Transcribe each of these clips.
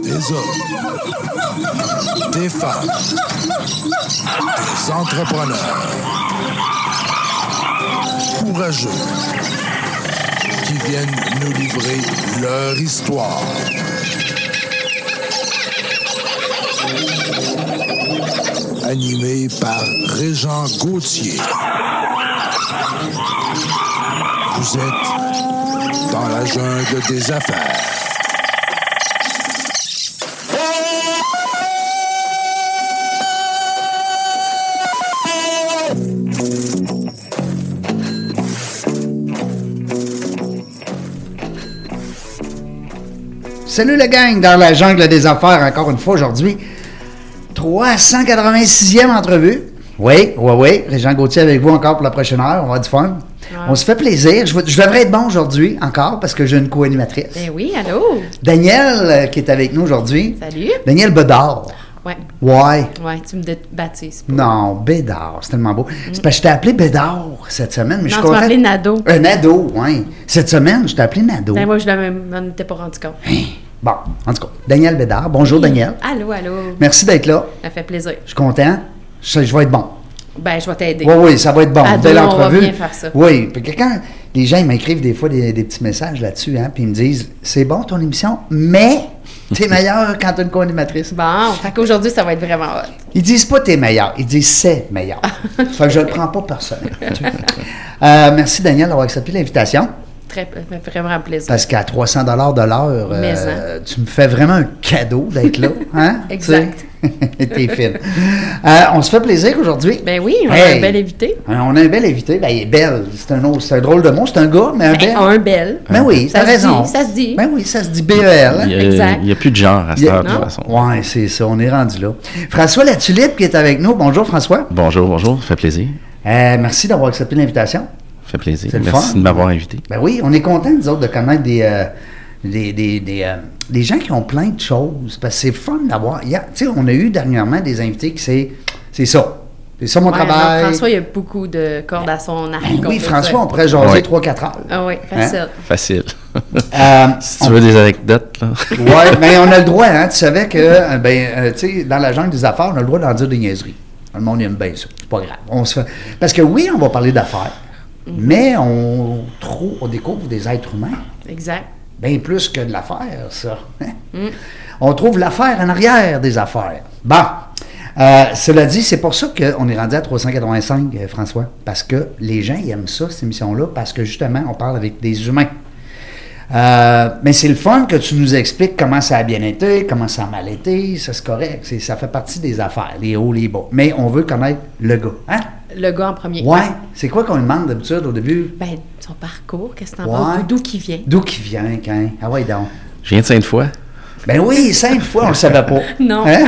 Des hommes, des femmes, des entrepreneurs courageux qui viennent nous livrer leur histoire. Animé par Régent Gauthier. Vous êtes dans la jungle des affaires. Salut la gang, dans la jungle des affaires, encore une fois aujourd'hui. 386e entrevue. Oui, Régent Gauthier avec vous encore pour la prochaine heure, on va avoir du fun. Ouais. On se fait plaisir. Je devrais être bon aujourd'hui encore parce que j'ai une co-animatrice. Ben oui, allô? Danielle qui est avec nous aujourd'hui. Salut. Danielle Bédard. Ouais. Ouais. Ouais, tu me baptises pas. Non, Bédard, c'est tellement beau. C'est parce que je t'ai appelé Bédard cette semaine, mais non, je suis tu content. m'as appelé Nadeau. Nadeau, oui. Cette semaine, je t'ai appelé Nadeau. Ben moi, je m'en étais pas rendu compte. Bon, en tout cas, Danielle Bédard. Bonjour, oui. Danielle. Allô. Merci d'être là. Ça fait plaisir. Je suis content. Je vais être bon. Ben, je vais t'aider. Oui, ça va être bon. Belle entrevue. On va bien faire ça. Oui, puis quand les gens ils m'écrivent des fois des petits messages là-dessus, hein, puis ils me disent « C'est bon ton émission, mais t'es meilleur quand t'as une co-animatrice. » Bon, fait qu'aujourd'hui, ça va être vraiment hot. Ils disent pas « t'es meilleur », ils disent « c'est meilleur ». Fait que je le prends pas personnel. Merci Danielle d'avoir accepté l'invitation. Vraiment plaisir. Parce qu'à 300 $ de l'heure, tu me fais vraiment un cadeau d'être là. Hein? Exact. T'es fine. On se fait plaisir aujourd'hui. Ben oui, on a un bel invité. On a un bel invité. Ben, il est belle. C'est un drôle de mot. C'est un gars, mais un bel. Un bel. Ben oui, t'as raison. Ça se dit. Ben oui, ça se dit BEL. Exact. Il n'y a plus de genre à cette heure, de toute façon. Oui, c'est ça. On est rendu là. François Latulippe qui est avec nous. Bonjour, François. Bonjour. Ça fait plaisir. Merci d'avoir accepté l'invitation. Ça fait plaisir. Merci de m'avoir invité. Ben oui, on est contents, nous autres, de connaître des gens qui ont plein de choses. Parce que c'est fun d'avoir. Tu sais, on a eu dernièrement des invités qui c'est ça. C'est ça mon travail. François, il y a beaucoup de cordes à son arc. Oui, François, on pourrait jaser 3-4 heures. Ah oui, facile. Hein? Facile. Si tu veux des anecdotes, là. Oui, mais on a le droit, hein. Tu savais que, tu sais, dans la jungle des affaires, on a le droit d'en dire des niaiseries. Le monde aime bien ça. C'est pas grave. Parce que oui, on va parler d'affaires. Mais on découvre des êtres humains. Exact. Bien plus que de l'affaire, ça. On trouve l'affaire en arrière des affaires. Bon. Cela dit, c'est pour ça qu'on est rendu à 385, François. Parce que les gens ils aiment ça, cette émission-là, parce que justement, on parle avec des humains. Mais c'est le fun que tu nous expliques comment ça a bien été, comment ça a mal été. Ça, c'est correct. Ça fait partie des affaires, les hauts, les bas. Mais on veut connaître le gars. Hein? Le gars en premier. Oui. C'est quoi qu'on lui demande d'habitude au début? Ben, son parcours, qu'est-ce que t'en penses? D'où qu'il vient? D'où qu'il vient, quand? Ah ouais, donc. Je viens de Sainte-Foy. Ben oui, Sainte-Foy, on le savait pas. Non. Hein?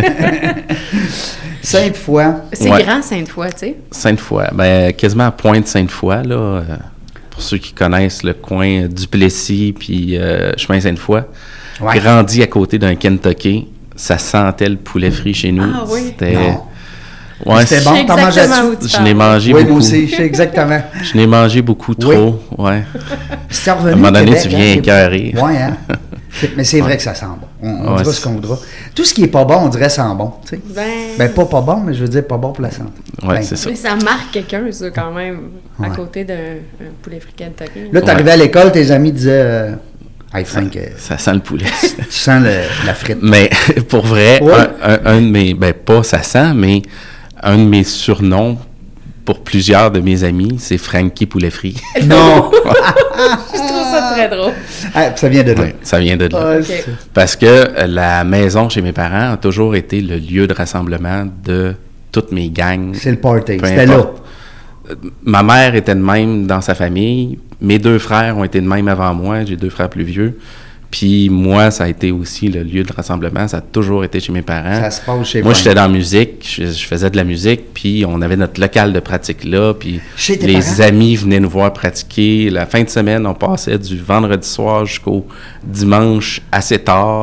Sainte-Foy. C'est grand, Sainte-Foy, tu sais. Sainte-Foy. Ben, quasiment à Pointe-Sainte-Foy, là. Pour ceux qui connaissent le coin Duplessis puis chemin Sainte-Foy. Ouais. Grandi à côté d'un Kentucky. Ça sentait le poulet frit chez nous. Ah oui? C'était... Non. Ouais, c'était bon, t'en mangeais dessus. Je l'ai mangé beaucoup. Oui, moi aussi, je sais exactement. Je l'ai mangé beaucoup trop, ouais. C'est revenu à un moment donné, Québec, tu viens écœuré. Oui, hein? Mais c'est vrai que ça sent bon. On dira ce qu'on voudra. Tout ce qui est pas bon, on dirait sent bon, tu sais. Ben, pas bon, mais je veux dire pas bon pour la santé. Oui, c'est ça. Mais ça marque quelqu'un, ça, quand même, à côté d'un poulet frit Kentucky. Là, t'arrivais à l'école, tes amis disaient... ça sent le poulet. Tu sens la frite. Mais pour vrai, un de mes... Ben, pas ça sent, mais... Un de mes surnoms pour plusieurs de mes amis, c'est Frankie Poulet Frit. Non! Je trouve ça très drôle. Ah, ça vient de là. Oui, ça vient de là. Okay. Parce que la maison chez mes parents a toujours été le lieu de rassemblement de toutes mes gangs. C'est le party. C'était là. Ma mère était de même dans sa famille. Mes 2 frères ont été de même avant moi. J'ai 2 frères plus vieux. Puis moi, ça a été aussi le lieu de rassemblement. Ça a toujours été chez mes parents. Ça se passe chez moi. J'étais dans la musique. Je faisais de la musique. Puis on avait notre local de pratique là. Puis les amis venaient nous voir pratiquer. La fin de semaine, on passait du vendredi soir jusqu'au dimanche assez tard.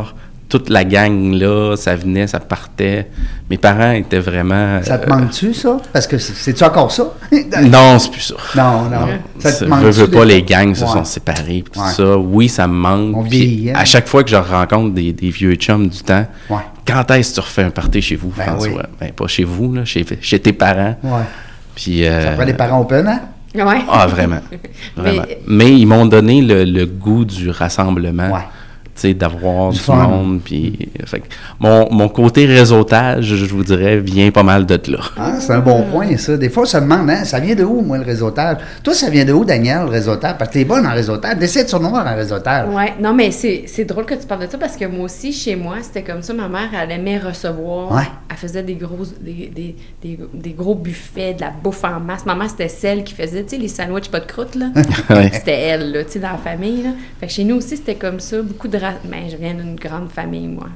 toute la gang, là, ça venait, ça partait. Mes parents étaient vraiment... Ça te manque-tu, ça? Parce que c'est-tu encore ça? Non, c'est plus ça. Non. Ça te Je manque-tu? veux pas, les gangs se sont séparés, puis tout ça. Oui, ça me manque. On Puis vieillit, hein? à chaque fois que je rencontre des vieux chums du temps, quand est-ce que tu refais un party chez vous, François? Oui. Ben, pas chez vous, là, chez tes parents. Ouais. Puis, Ça prend des parents open, hein? Ouais. Ah, vraiment. Vraiment. Mais ils m'ont donné le goût du rassemblement. Ouais. Tu sais, d'avoir du fun. monde. Puis, fait que mon côté réseautage, je vous dirais, vient pas mal de là. Ah, c'est un bon point, ça. Des fois, on se demande, hein, ça vient de où, moi, le réseautage? Toi, ça vient de où, Daniel, le réseautage? Parce que t'es bonne en réseautage. D'essayer de surnoir en réseautage. Ouais, non, mais c'est drôle que tu parles de ça parce que moi aussi, chez moi, c'était comme ça. Ma mère, elle aimait recevoir. Ouais. Elle faisait des gros buffets, de la bouffe en masse. Ma mère, c'était celle qui faisait, tu sais, les sandwichs pas de croûte, là. Ouais. C'était elle, là, tu sais, dans la famille, là. Fait que chez nous aussi, c'était comme ça. Beaucoup de... Ben, je viens d'une grande famille, moi.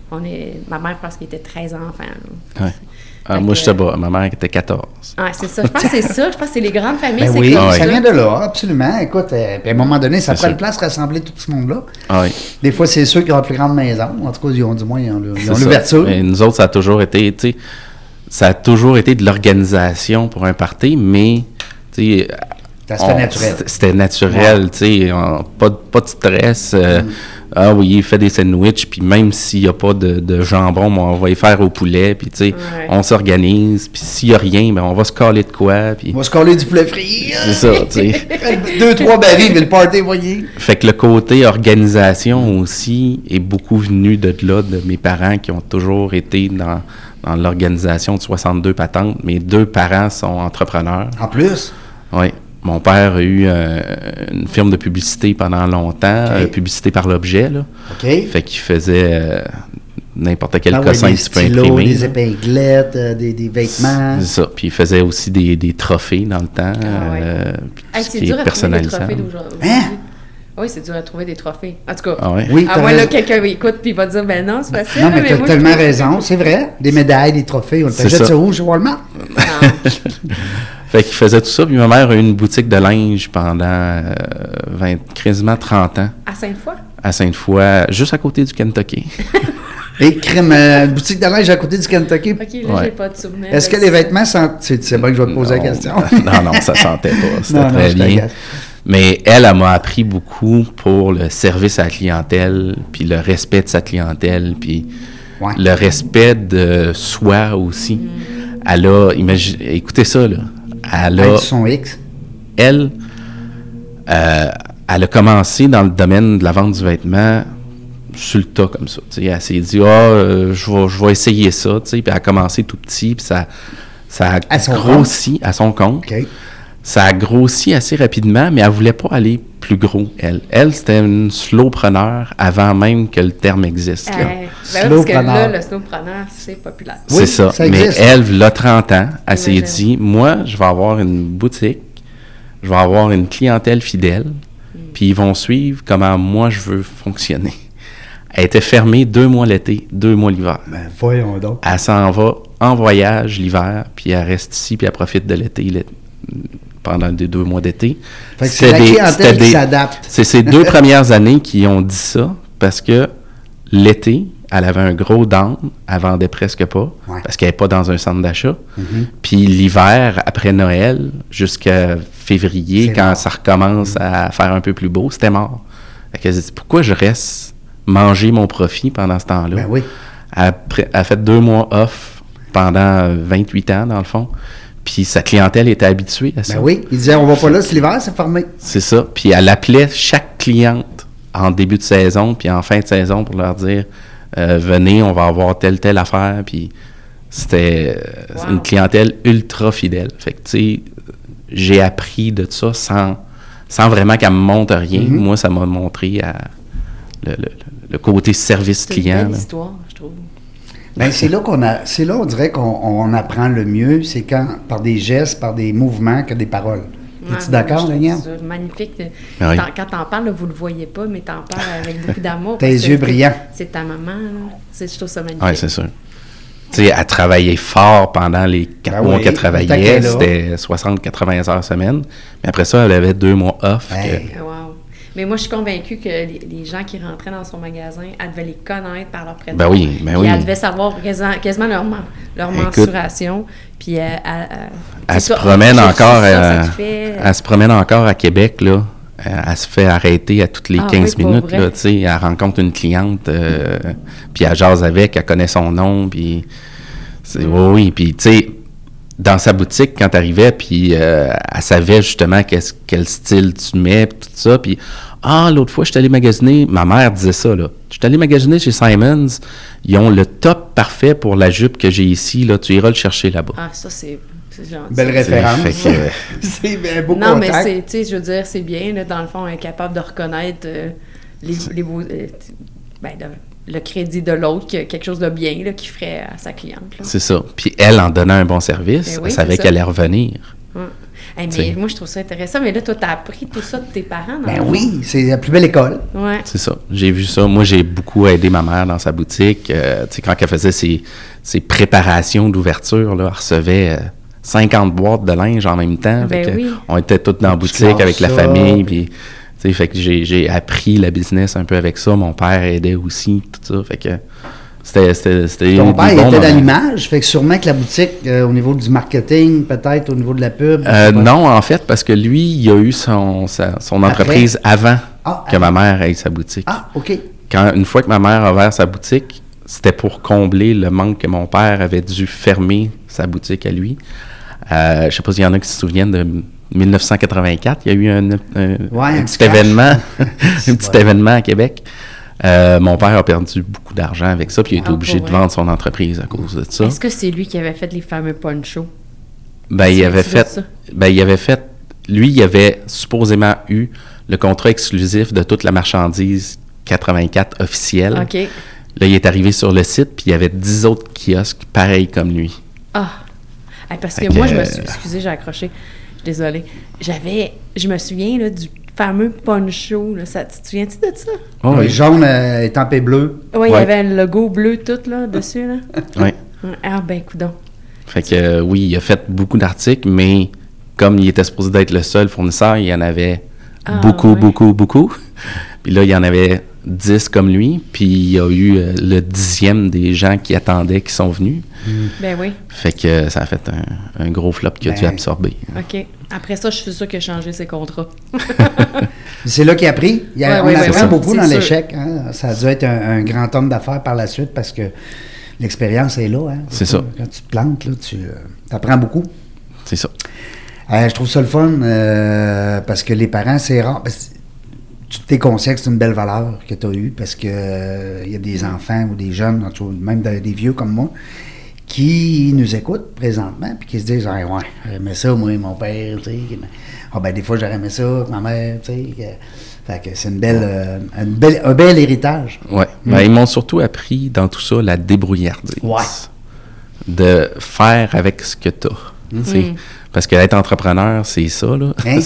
Ma mère, parce qu'il était 13 enfants, là. Ouais. Ah, moi, j'étais bas. Ma mère était 14. Ah, c'est ça. Je pense que c'est ça. Je pense que c'est les grandes familles, Ben c'est oui, comme ça ça. vient de là, absolument. Écoute, puis à un moment donné, ça C'est prend ça. le place de rassembler tout ce monde-là. Ah oui. Des fois, c'est ceux qui ont la plus grande maison. En tout cas, ils ont du moins, ils ont C'est ça. l'ouverture. Mais nous autres, ça a toujours été, tu sais, ça a toujours été de l'organisation pour un party, mais, tu sais, Ça se fait naturel. C'était naturel, tu sais, pas de stress. Ah oui, il fait des sandwichs, puis même s'il n'y a pas de jambon, ben, on va y faire au poulet, puis tu sais, on s'organise, puis s'il n'y a rien, ben on va se caler de quoi, puis... On va se coller du poulet frit. C'est ça, tu sais. 2-3 barils, mais le party, voyez. Fait que le côté organisation aussi est beaucoup venu de là, de mes parents qui ont toujours été dans l'organisation de 62 patentes. Mes 2 parents sont entrepreneurs. En plus. Oui. Mon père a eu une firme de publicité pendant longtemps, publicité par l'objet, là. OK. Fait qu'il faisait n'importe quel Ah oui, cossin des que tu peux stylos, imprimer. des là. épinglettes, des vêtements. C'est ça. Puis il faisait aussi des trophées dans le temps. Puis tout ce C'est qui dur est à trouver des personnalisable. trophées d'aujourd'hui. Hein? Oui, c'est dur à trouver des trophées. En tout cas, Ah ouais? Oui, à t'as moins là, raison. quelqu'un écoute puis il va dire, ben non, c'est facile. Non, mais là, t'as moi, tellement je trouve- raison, c'est vrai. Des médailles, des trophées, on C'est t'achète ça. ça où, chez Walmart? Non. Fait qu'il faisait tout ça. Puis ma mère a eu une boutique de linge pendant quasiment 30 ans À Sainte-Foy? à Sainte-Foy, juste à côté du Kentucky. Et crème, boutique de linge à côté du Kentucky. OK, là, Ouais. j'ai pas de souvenir. Est-ce que de les ça. vêtements sentent... C'est bon que je vais te poser la question. Non, ça sentait pas. C'était Non, très je bien. t'agace. Mais elle m'a appris beaucoup pour le service à la clientèle, puis le respect de sa clientèle, puis Ouais. le respect de soi aussi. Elle a, écoutez ça, là. Elle a, Avec son X. elle a commencé dans le domaine de la vente du vêtement sur le tas comme ça. Tu sais, elle s'est dit, je vais essayer ça. Tu sais, puis elle a commencé tout petit, puis ça a À son grossi à son compte. OK. Ça a grossi assez rapidement, mais elle voulait pas aller plus gros, elle. Elle, c'était une slowpreneur avant même que le terme existe. Là. Ben oui, parce que là, Slowpreneur. le snowpreneur, c'est populaire. Oui, C'est ça. ça Mais existe. elle, là, 30 ans, elle s'est Imagine. dit, moi, je vais avoir une boutique, je vais avoir une clientèle fidèle, puis ils vont suivre comment moi je veux fonctionner. Elle était fermée 2 mois l'été, 2 mois l'hiver. Ben, voyons donc. Elle s'en va en voyage l'hiver, puis elle reste ici, puis elle profite de l'été pendant les 2 mois d'été. Fait que c'est la clientèle qui s'adapte. C'est ces 2 premières années qui ont dit ça, parce que l'été, elle avait un gros down, elle vendait presque pas, Ouais. parce qu'elle n'est pas dans un centre d'achat. Puis l'hiver, après Noël, jusqu'à février, C'est quand mort. ça recommence à faire un peu plus beau, c'était mort. Fait qu'elle s'est dit, pourquoi je reste manger mon profit pendant ce temps-là? Ben oui. Elle a fait 2 mois off pendant 28 ans, dans le fond. Puis sa clientèle était habituée à ça. Ben oui. Il disait, on va pas là, c'est l'hiver, c'est fermé. C'est ça. Puis elle appelait chaque cliente en début de saison, puis en fin de saison pour leur dire venez, on va avoir telle affaire. Puis c'était une clientèle ultra fidèle. Fait que, tu sais, j'ai appris de ça sans vraiment qu'elle me montre rien. Moi, ça m'a montré le côté service C'est une client. belle là. histoire, je trouve. Ben, c'est là on dirait qu'on apprend le mieux, c'est quand, par des gestes, par des mouvements, que des paroles. Es-tu d'accord, je trouve Daniel? ça magnifique. Oui. Quand t'en parles, là, vous le voyez pas, mais t'en parles avec beaucoup d'amour. Tes parce que yeux brillants. C'est ta maman, là. Je trouve ça magnifique. Oui, c'est sûr. Tu sais, elle travaillait fort pendant les 4 Ben mois oui, qu'elle le temps travaillait. qu'elle est là. C'était 60-80 heures semaine. Mais après ça, elle avait 2 mois off. Hey. Wow. Mais moi, je suis convaincue que les gens qui rentraient dans son magasin, elle devait les connaître par leur prénom. Ben oui. Elle devait savoir quasiment leur mensuration. Puis elle se promène encore. Elle se promène encore à Québec, là. Elle se fait arrêter à toutes les 15 minutes, là, tu sais. Elle rencontre une cliente, puis elle jase avec, elle connaît son nom, puis... Oui, puis tu sais, dans sa boutique, quand tu arrivais, puis elle savait justement quel style tu mets, tout ça, puis l'autre fois, je suis allé magasiner, ma mère disait ça, là, je suis allé magasiner chez Simons, ils ont le top parfait pour la jupe que j'ai ici, là, tu iras le chercher là-bas. Ah, ça, c'est gentil. Belle référence. C'est beau non, contact. mais tu sais, je veux dire, c'est bien, là, dans le fond, être capable de reconnaître les beaux... le crédit de l'autre, quelque chose de bien là, qu'il ferait à sa cliente. Là. C'est ça. Puis elle, en donnant un bon service, elle savait qu'elle allait revenir. Ouais. Hey, mais moi, je trouve ça intéressant. Mais là, toi, tu as appris tout ça de tes parents. Oui, c'est la plus belle école. Ouais. C'est ça. J'ai vu ça. Moi, j'ai beaucoup aidé ma mère dans sa boutique. Quand elle faisait ses préparations d'ouverture, là, elle recevait 50 boîtes de linge en même temps. On était tous dans la boutique avec la famille. Puis, fait que j'ai appris la business un peu avec ça. Mon père aidait aussi, tout ça. Fait que c'était ton père était dans l'image, fait que sûrement que la boutique, au niveau du marketing, peut-être au niveau de la pub. Non, en fait, parce que lui, il a eu son entreprise avant que ma mère ait sa boutique. Ah, OK. Une fois que ma mère a ouvert sa boutique, c'était pour combler le manque que mon père avait dû fermer sa boutique à lui. Je sais pas s'il y en a qui se souviennent de 1984, il y a eu un petit événement, un petit événement à Québec. Mon père a perdu beaucoup d'argent avec ça, puis il a été obligé de vendre son entreprise à cause de ça. Est-ce que c'est lui qui avait fait les fameux ponchos? Il avait fait, lui, il avait supposément eu le contrat exclusif de toute la marchandise 84 officielle. OK. Là, il est arrivé sur le site, puis il y avait 10 autres kiosques pareils comme lui. Ah! Parce que moi, je me suis... Excusez, j'ai accroché. Désolée. Je me souviens là, du fameux poncho. Là. Tu te souviens-tu de ça? Oh, oui, jaune étampé bleu. Oui, il y avait un logo bleu tout là, dessus. Là. Oui. Ah, ben, coudonc. Fait que oui, il a fait beaucoup d'articles, mais comme il était supposé d'être le seul fournisseur, il y en avait beaucoup. Puis là, il y en avait 10 comme lui, puis il y a eu le 10e des gens qui attendaient qui sont venus. Ben oui. Fait que ça a fait un gros flop qu'il a dû absorber. OK. Après ça, je suis sûre qu'il a changé ses contrats. C'est là qu'il a appris. On apprend beaucoup dans sûr. l'échec. Hein? Ça a dû être un grand homme d'affaires par la suite parce que l'expérience est là. Hein? C'est ça. Quand tu te plantes, là, tu apprends beaucoup. C'est ça. Je trouve ça le fun parce que les parents, c'est rare. Tu t'es conscient que c'est une belle valeur que tu as eue parce que y a des enfants ou des jeunes, même des vieux comme moi, qui nous écoutent présentement puis qui se disent j'aimais ça, moi, mon père, tu sais. Des fois, j'aurais aimé ça, ma mère, tu sais. Fait que c'est un bel héritage. Oui. Ils m'ont surtout appris dans tout ça la débrouillardise. Ouais. De faire avec ce que tu as. Parce qu'être entrepreneur, c'est ça, là. Hein?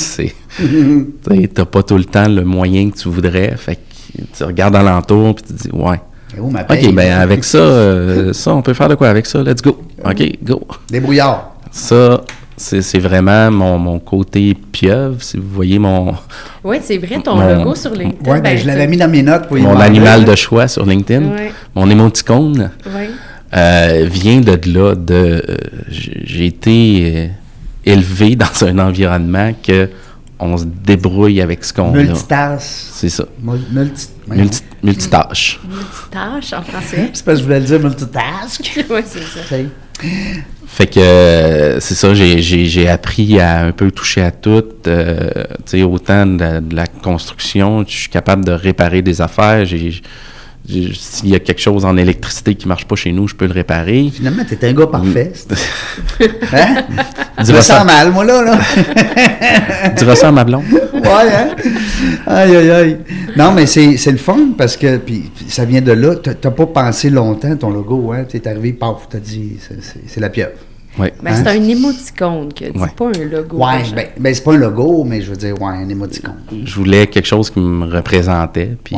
T'as pas tout le temps le moyen que tu voudrais. Fait que tu regardes alentour puis tu te dis, OK, ben avec ça, on peut faire de quoi avec ça? Let's go. OK, go. Débrouillard. Ça, c'est vraiment mon côté pieuvre, si vous voyez mon... Oui, c'est vrai, ton logo sur LinkedIn. Oui, je l'avais mis dans mes notes pour y mon animal de choix sur LinkedIn. Ouais. Mon émoticône vient de là. J'ai été élevé dans un environnement que on se débrouille avec ce qu'on a. Multitache. C'est ça. Multitâche. Multitâche en français. C'est parce que je voulais le dire multitask. Oui, c'est ça. Fait que c'est ça, j'ai appris à un peu toucher à tout. Tu sais, autant de la construction, je suis capable de réparer des affaires. S'il y a quelque chose en électricité qui ne marche pas chez nous, je peux le réparer. Finalement, tu es un gars parfait. Hein? Je me sens mal, moi, là. Dis-moi ça à ma blonde. Ouais, hein? Aïe. Non, mais c'est le fun parce que puis ça vient de là. Tu n'as pas pensé longtemps, ton logo. Hein? Tu es arrivé, paf, tu as dit, c'est la pieuvre. Oui. Ben, c'est un émoticône, que dis pas un logo. Oui, ben c'est pas un logo, mais je veux dire, un émoticône. Je voulais quelque chose qui me représentait. Puis,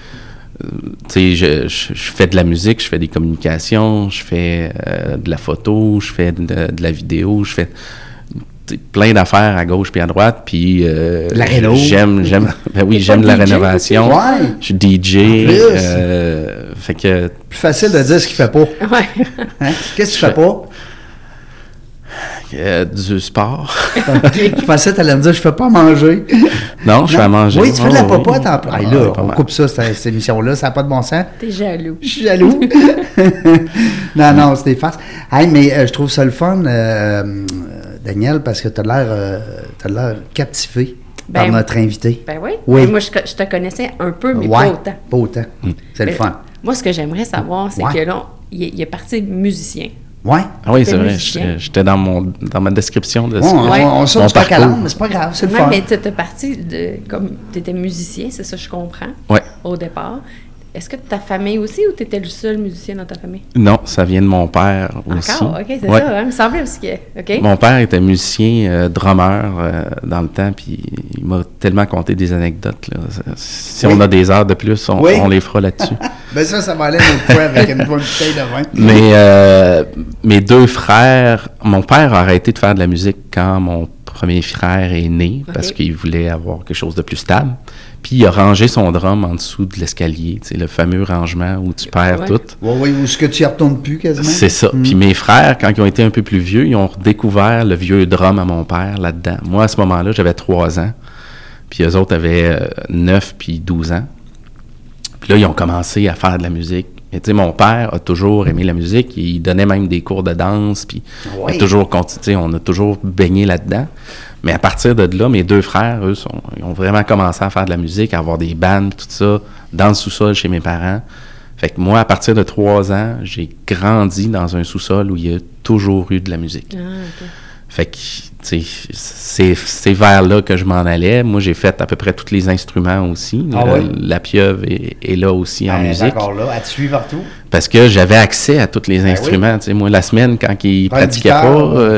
tu sais, je fais de la musique, je fais des communications, je fais de la photo, je fais de la vidéo, je fais plein d'affaires à gauche puis à droite, puis la réno. j'aime de la rénovation. Ouais. Je suis DJ. Fait que plus facile de dire ce qu'il fait pas. Ouais. Hein? Qu'est-ce que tu fais pas? Du sport. Je pensais que tu allais me dire je fais pas manger. Non, je fais à manger. Oui, tu fais de la popote en plein. Là, pas on mal. coupe ça, cette émission-là, ça n'a pas de bon sens. T'es jaloux. Je suis jaloux. non, c'est des farces. Hey, mais je trouve ça le fun, Daniel, parce que tu as l'air captivé par notre invité. Ben oui. Oui. Mais moi, je te connaissais un peu, mais Ouais, pas autant. pas autant. C'est le fun. Moi, ce que j'aimerais savoir, c'est que là, il est parti musicien. Ouais. Ah oui, c'est T'es vrai. musicien. J'étais dans ma description de On saute mon du coq à parcours. l'âne, mais c'est pas grave, c'est le Ouais, fun. mais tu es parti comme tu étais musicien, c'est ça, je comprends, Ouais. au départ. Est-ce que ta famille aussi ou tu étais le seul musicien dans ta famille? Non, ça vient de mon père aussi. Encore? OK, c'est Ouais. ça. Hein? Il me semblait aussi que... OK. Mon père était musicien, drummer dans le temps, puis il m'a tellement conté des anecdotes. Là. Si on a des heures de plus, on les fera là-dessus. Ben ça va aller une autre fois avec une bonne bouteille de vin. Mais mes deux frères, mon père a arrêté de faire de la musique quand mon premier frère est né, parce qu'il voulait avoir quelque chose de plus stable. Puis il a rangé son drum en dessous de l'escalier, tu sais, le fameux rangement où tu perds tout. Oui, où est-ce que tu y retournes plus quasiment? C'est ça. Puis mes frères, quand ils ont été un peu plus vieux, ils ont redécouvert le vieux drum à mon père là-dedans. Moi, à ce moment-là, j'avais 3 ans. Puis eux autres avaient 9 puis 12 ans. Puis là, ils ont commencé à faire de la musique. Et tu sais, mon père a toujours aimé la musique. Il donnait même des cours de danse. Puis il a toujours continué. On a toujours baigné là-dedans. Mais à partir de là, mes deux frères, eux, ils ont vraiment commencé à faire de la musique, à avoir des bands, tout ça, dans le sous-sol chez mes parents. Fait que moi, à partir de 3 ans, j'ai grandi dans un sous-sol où il y a toujours eu de la musique. Ah, OK. Fait que, tu sais, c'est vers là que je m'en allais. Moi, j'ai fait à peu près tous les instruments aussi. La pieuvre est là aussi en musique. D'accord là, as-tu suivi partout? Parce que j'avais accès à tous les instruments. Tu sais, moi, la semaine, quand ils pratiquaient pas,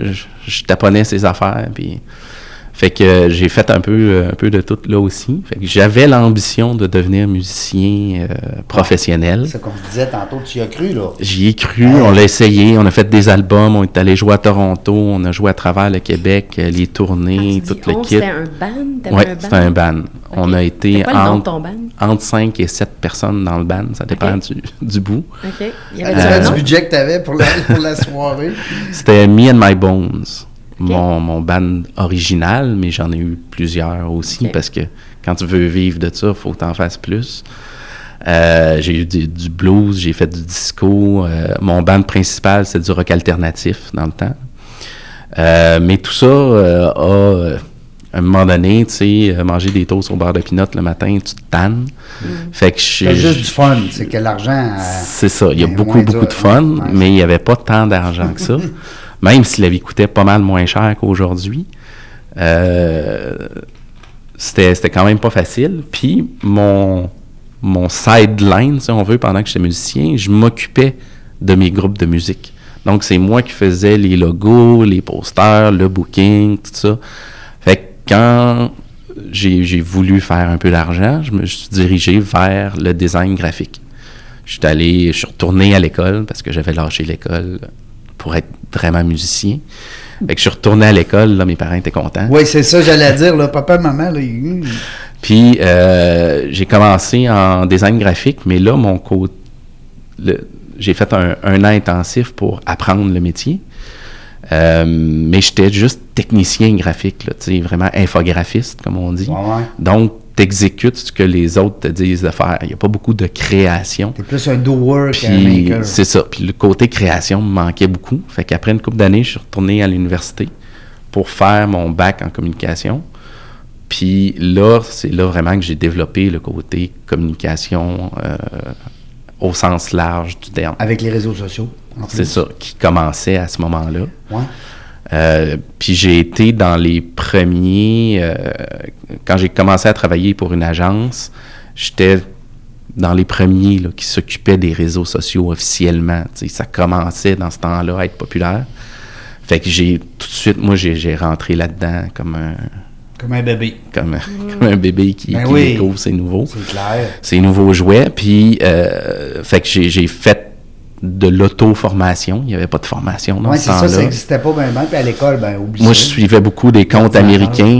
je taponnais ses affaires. Puis... Fait que j'ai fait un peu de tout là aussi. Fait que j'avais l'ambition de devenir musicien professionnel. C'est comme je disais tantôt, tu y as cru, là. J'y ai cru, on l'a essayé, on a fait des albums, on est allé jouer à Toronto, on a joué à travers le Québec, les tournées, tout le kit. C'était un band? Oui, c'était un band. Okay. On a été entre 5 et 7 personnes dans le band, ça dépend du bout. OK. Il y avait du budget que tu avais pour la soirée? C'était Me and My Bones. Okay. Mon band original, mais j'en ai eu plusieurs aussi, parce que quand tu veux vivre de ça, il faut que tu en fasses plus. J'ai eu du blues, j'ai fait du disco. Mon band principal, c'est du rock alternatif dans le temps. Mais tout ça à un moment donné, tu sais, manger des toasts au beurre de pinot le matin, tu te tannes. Fait que c'est juste du fun, c'est que l'argent... c'est ça, il y a beaucoup de fun, mais il n'y avait pas tant d'argent que ça. Même si la vie coûtait pas mal moins cher qu'aujourd'hui, c'était quand même pas facile. Puis mon sideline, si on veut, pendant que j'étais musicien, je m'occupais de mes groupes de musique. Donc, c'est moi qui faisais les logos, les posters, le booking, tout ça. Fait que quand j'ai voulu faire un peu d'argent, je me suis dirigé vers le design graphique. Je suis retourné à l'école parce que j'avais lâché l'école pour être vraiment musicien. Fait que je suis retourné à l'école, là, mes parents étaient contents. Oui, c'est ça, j'allais dire, là, papa, maman, là, Puis, j'ai commencé en design graphique, mais là, j'ai fait un an intensif pour apprendre le métier. Mais j'étais juste technicien graphique, là, tu sais, vraiment infographiste, comme on dit. Ouais. Donc, t'exécutes ce que les autres te disent de faire. Il n'y a pas beaucoup de création. T'es plus un doer qu'un maker. C'est ça. Puis le côté création me manquait beaucoup. Fait qu'après une couple d'années, je suis retourné à l'université pour faire mon bac en communication. Puis là, c'est là vraiment que j'ai développé le côté communication au sens large du terme. Avec les réseaux sociaux. C'est ça, qui commençait à ce moment-là. Ouais. Puis j'ai été dans les premiers... quand j'ai commencé à travailler pour une agence, j'étais dans les premiers là, qui s'occupaient des réseaux sociaux officiellement. T'sais, ça commençait dans ce temps-là à être populaire. Fait que tout de suite, moi, j'ai rentré là-dedans comme un bébé. Comme un bébé qui découvre ses nouveaux. C'est clair. Ses nouveaux jouets. Puis, fait que j'ai fait de l'auto-formation. Il n'y avait pas de formation dans Oui, ce c'est temps-là. ça n'existait pas bien. Puis à l'école, oublie Moi, ça. je suivais beaucoup des comptes américains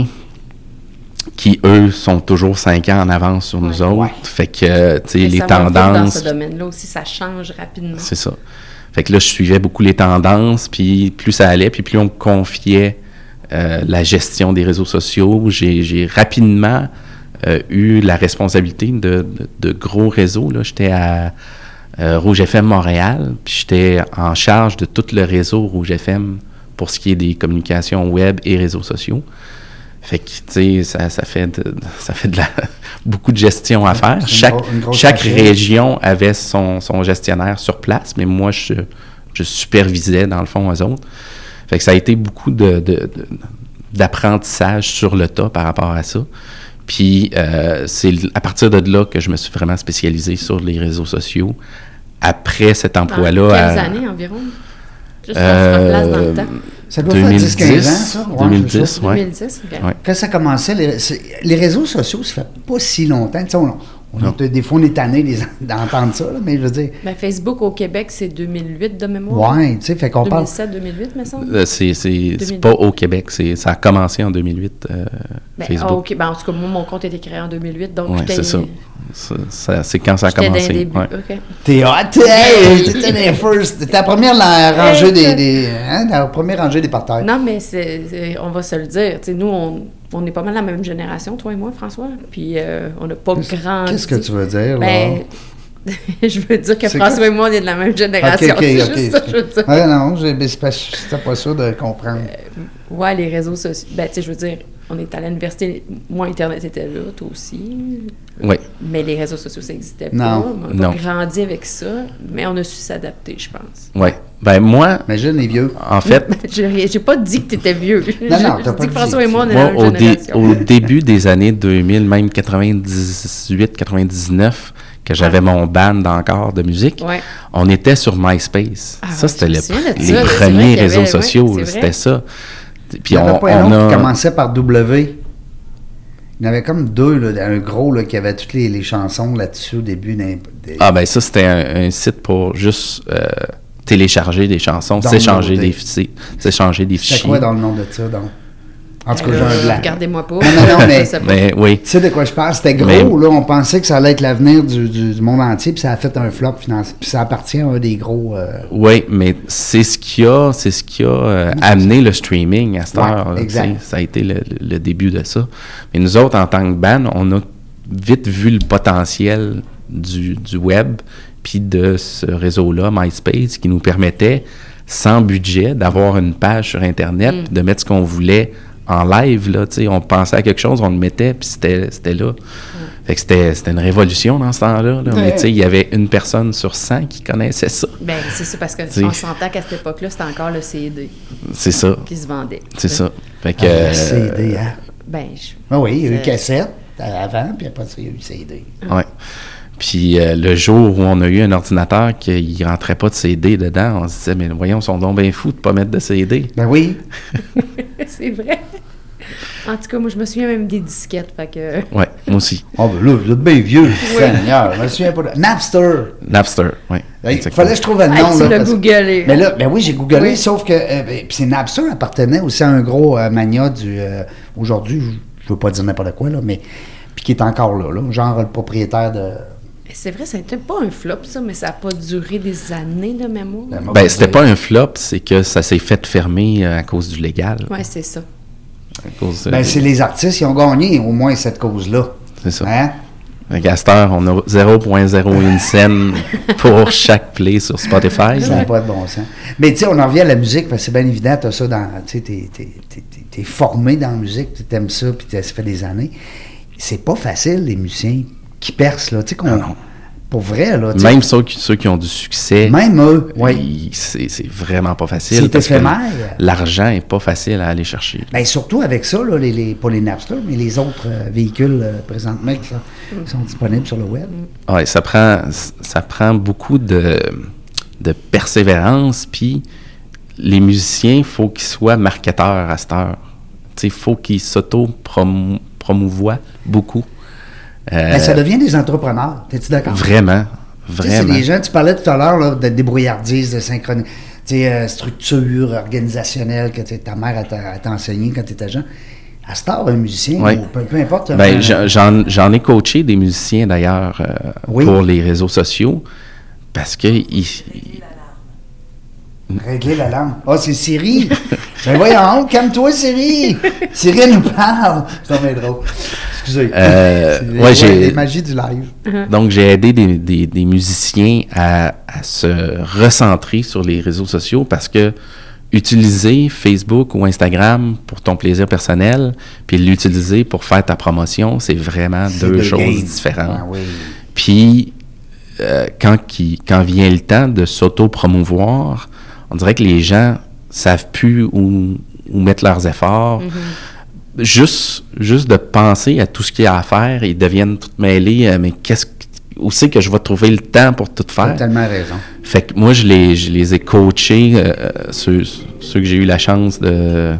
qui, eux, sont toujours 5 ans en avance sur nous autres. Ouais. Fait que, tu sais, Mais les ça va vite tendances... dans ce domaine-là aussi, ça change rapidement. C'est ça. Fait que là, je suivais beaucoup les tendances, puis plus ça allait, puis plus on me confiait la gestion des réseaux sociaux. J'ai rapidement eu la responsabilité de gros réseaux. Là. J'étais à Rouge FM Montréal, puis j'étais en charge de tout le réseau Rouge FM pour ce qui est des communications web et réseaux sociaux. Fait que, tu sais, ça fait beaucoup de gestion à faire. Chaque région avait son gestionnaire sur place, mais moi, je supervisais, dans le fond, eux autres. Fait que ça a été beaucoup d'apprentissage sur le tas par rapport à ça. Puis, c'est à partir de là que je me suis vraiment spécialisé sur les réseaux sociaux. Après cet emploi-là... Quelles années environ? Juste pour se faire place dans le temps. Ça doit faire 10-15 ans, ça? 2010, oui. 2010, OK. Ouais. Quand ça commençait, les réseaux sociaux, ça fait pas si longtemps. Tu sais, des fois, on est tanné d'entendre ça, là, mais je veux dire... Ben, Facebook au Québec, c'est 2008 de mémoire. Oui, tu sais, fait qu'on parle... 2007-2008, me semble. C'est pas au Québec, ça a commencé en 2008, Facebook. OK. Ben, en tout cas, moi, mon compte a été créé en 2008, donc Oui, c'est ça. C'est quand ça a commencé. J'étais dans les débuts, ouais. OK. T'es hot, hey, t'étais dans les first. T'étais la première rangée la première rangée des parterres. Non, mais on va se le dire. Tu sais, nous, on est pas mal la même génération, toi et moi, François. Puis on n'a pas grandi. Qu'est-ce que tu veux dire, là? Ben, je veux dire que C'est François quoi? et moi, on est de la même génération. OK. C'est juste ça, je veux dire. Ouais, non, j'étais pas sûr de comprendre. Ouais, les réseaux sociaux. Ben, tu sais, je veux dire, on est à l'université. Moi, Internet était là, toi aussi. Oui. Mais les réseaux sociaux, ça n'existait Non. pas. On n'a pas grandi avec ça, mais on a su s'adapter, je pense. Oui. Ben, moi, Imagine les vieux. en fait, J'ai pas dit que tu étais vieux. Non, J'ai t'as pas dit que François dit. et moi, on est moi, la même génération. au début des années 2000, même 98, 99, que j'avais mon band encore de musique, Ouais. on était sur MySpace. Ah, ça, ouais, c'était je me les souviens de ça, là, premiers c'est vrai qu'il y réseaux avait- sociaux. ouais, c'est C'était vrai. ça. Puis Il y en a pas un on autre a... qui commençait par W. Il y en avait comme deux, là, un gros là, qui avait toutes les chansons là-dessus au début. Ah ben ça, c'était un site pour juste télécharger des chansons, s'échanger des fichiers. C'était quoi dans le nom de ça, donc? En tout cas, j'ai un blanc. Regardez-moi pas. Non, mais- Je sais pas. Mais oui. Tu sais de quoi je parle? C'était gros, Mais- là. On pensait que ça allait être l'avenir du monde entier, puis ça a fait un flop financier. Puis ça appartient à un des gros... Oui, mais c'est ce qui a amené le streaming à cette Ouais, heure. là, exact. tu sais, ça a été le début de ça. Mais nous autres, en tant que band, on a vite vu le potentiel du web puis de ce réseau-là, MySpace, qui nous permettait, sans budget, d'avoir une page sur Internet, puis de mettre ce qu'on voulait en live. Là, tu sais, on pensait à quelque chose, on le mettait, puis c'était là. Fait que c'était une révolution dans ce temps-là. Là. Mais tu sais, il y avait une personne sur 100 qui connaissait ça. Ben, c'est ça, parce T'sais. qu'on s'entend qu'à cette époque-là, c'était encore le CD C'est ça. qui se vendait. C'est ça. Fait que, CD, hein? Ben, Ah oui, il y a eu c'est- cassette avant, puis après ça, il y a eu CD. ouais. Puis le jour où on a eu un ordinateur qui rentrait pas de CD dedans, on se disait, mais voyons, ils sont donc bien fous de pas mettre de CD. Ben oui. c'est vrai. En tout cas, moi, je me souviens même des disquettes, fait que... Ouais, moi aussi. Oh, ben là, vous êtes bien vieux, Seigneur. Je me souviens pas de... Napster. Napster, oui. Il fallait que je trouve un Hey, nom, tu là. l'as parce- googlé. Mais là, ben oui, j'ai googlé, Oui. sauf que puis c'est Napster appartenait aussi à un gros mania du aujourd'hui, je veux pas dire n'importe quoi là, mais puis qui est encore là, genre le propriétaire de. C'est vrai, ça n'était pas un flop, ça, mais ça n'a pas duré des années de mémoire. Ben, c'était pas un flop, c'est que ça s'est fait fermer à cause du légal. Ouais, c'est ça. À cause, Ben c'est les artistes qui ont gagné au moins cette cause-là. c'est ça. Hein? Fait qu'à cette heure, on a 0,01 cent pour chaque play sur Spotify. Ça n'a pas de bon sens. Mais tu sais, on en revient à la musique, parce que c'est bien évident, tu as ça dans. Tu sais, t'es formé dans la musique, tu aimes ça, puis ça fait des années. C'est pas facile, les musiciens qui percent, là. Tu sais, Non. pour vrai, là. tu sais, Même ceux qui ont du succès, même eux, oui. c'est vraiment pas facile. C'est parce que éphémère. l'argent est pas facile à aller chercher. Bien, surtout avec ça, là, pas les Napster, mais les autres véhicules présentement qui sont disponibles sur le web. Ouais, ça prend beaucoup de persévérance, puis les musiciens, il faut qu'ils soient marketeurs à cette heure. Il faut qu'ils s'auto-promouvoient beaucoup. Ben, ça devient des entrepreneurs, t'es-tu d'accord? Vraiment, Vraiment. C'est les gens, tu parlais tout à l'heure là, de débrouillardise, de synchronie, structure organisationnelle que ta mère t'a enseigné quand tu étais jeune. À ce temps, un musicien, Oui. ou peu importe. Ben, j'en ai coaché des musiciens d'ailleurs pour les réseaux sociaux parce que Régler la langue. Ah, c'est Siri. Ben voyons, calme-toi, Siri. Siri, elle nous parle. C'est bien drôle. Excusez. j'ai la magie du live. Donc, j'ai aidé des musiciens à se recentrer sur les réseaux sociaux parce que utiliser Facebook ou Instagram pour ton plaisir personnel, puis l'utiliser pour faire ta promotion, c'est vraiment deux choses différentes. Ah, oui. Puis, quand vient le temps de s'auto-promouvoir, on dirait que les gens savent plus où mettre leurs efforts. Mm-hmm. Juste de penser à tout ce qu'il y a à faire, ils deviennent tout mêlés. Mais où c'est que je vais trouver le temps pour tout faire? Tu as tellement raison. Fait que moi, je les ai coachés, ceux que j'ai eu la chance de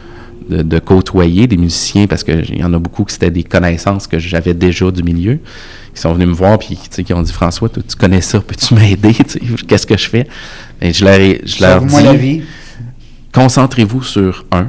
côtoyer, des musiciens, parce qu'il y en a beaucoup qui c'était des connaissances que j'avais déjà du milieu, qui sont venus me voir puis qui ont dit « François, toi, tu connais ça, peux-tu m'aider? Qu'est-ce que je fais? » Et je leur dis « Concentrez-vous sur un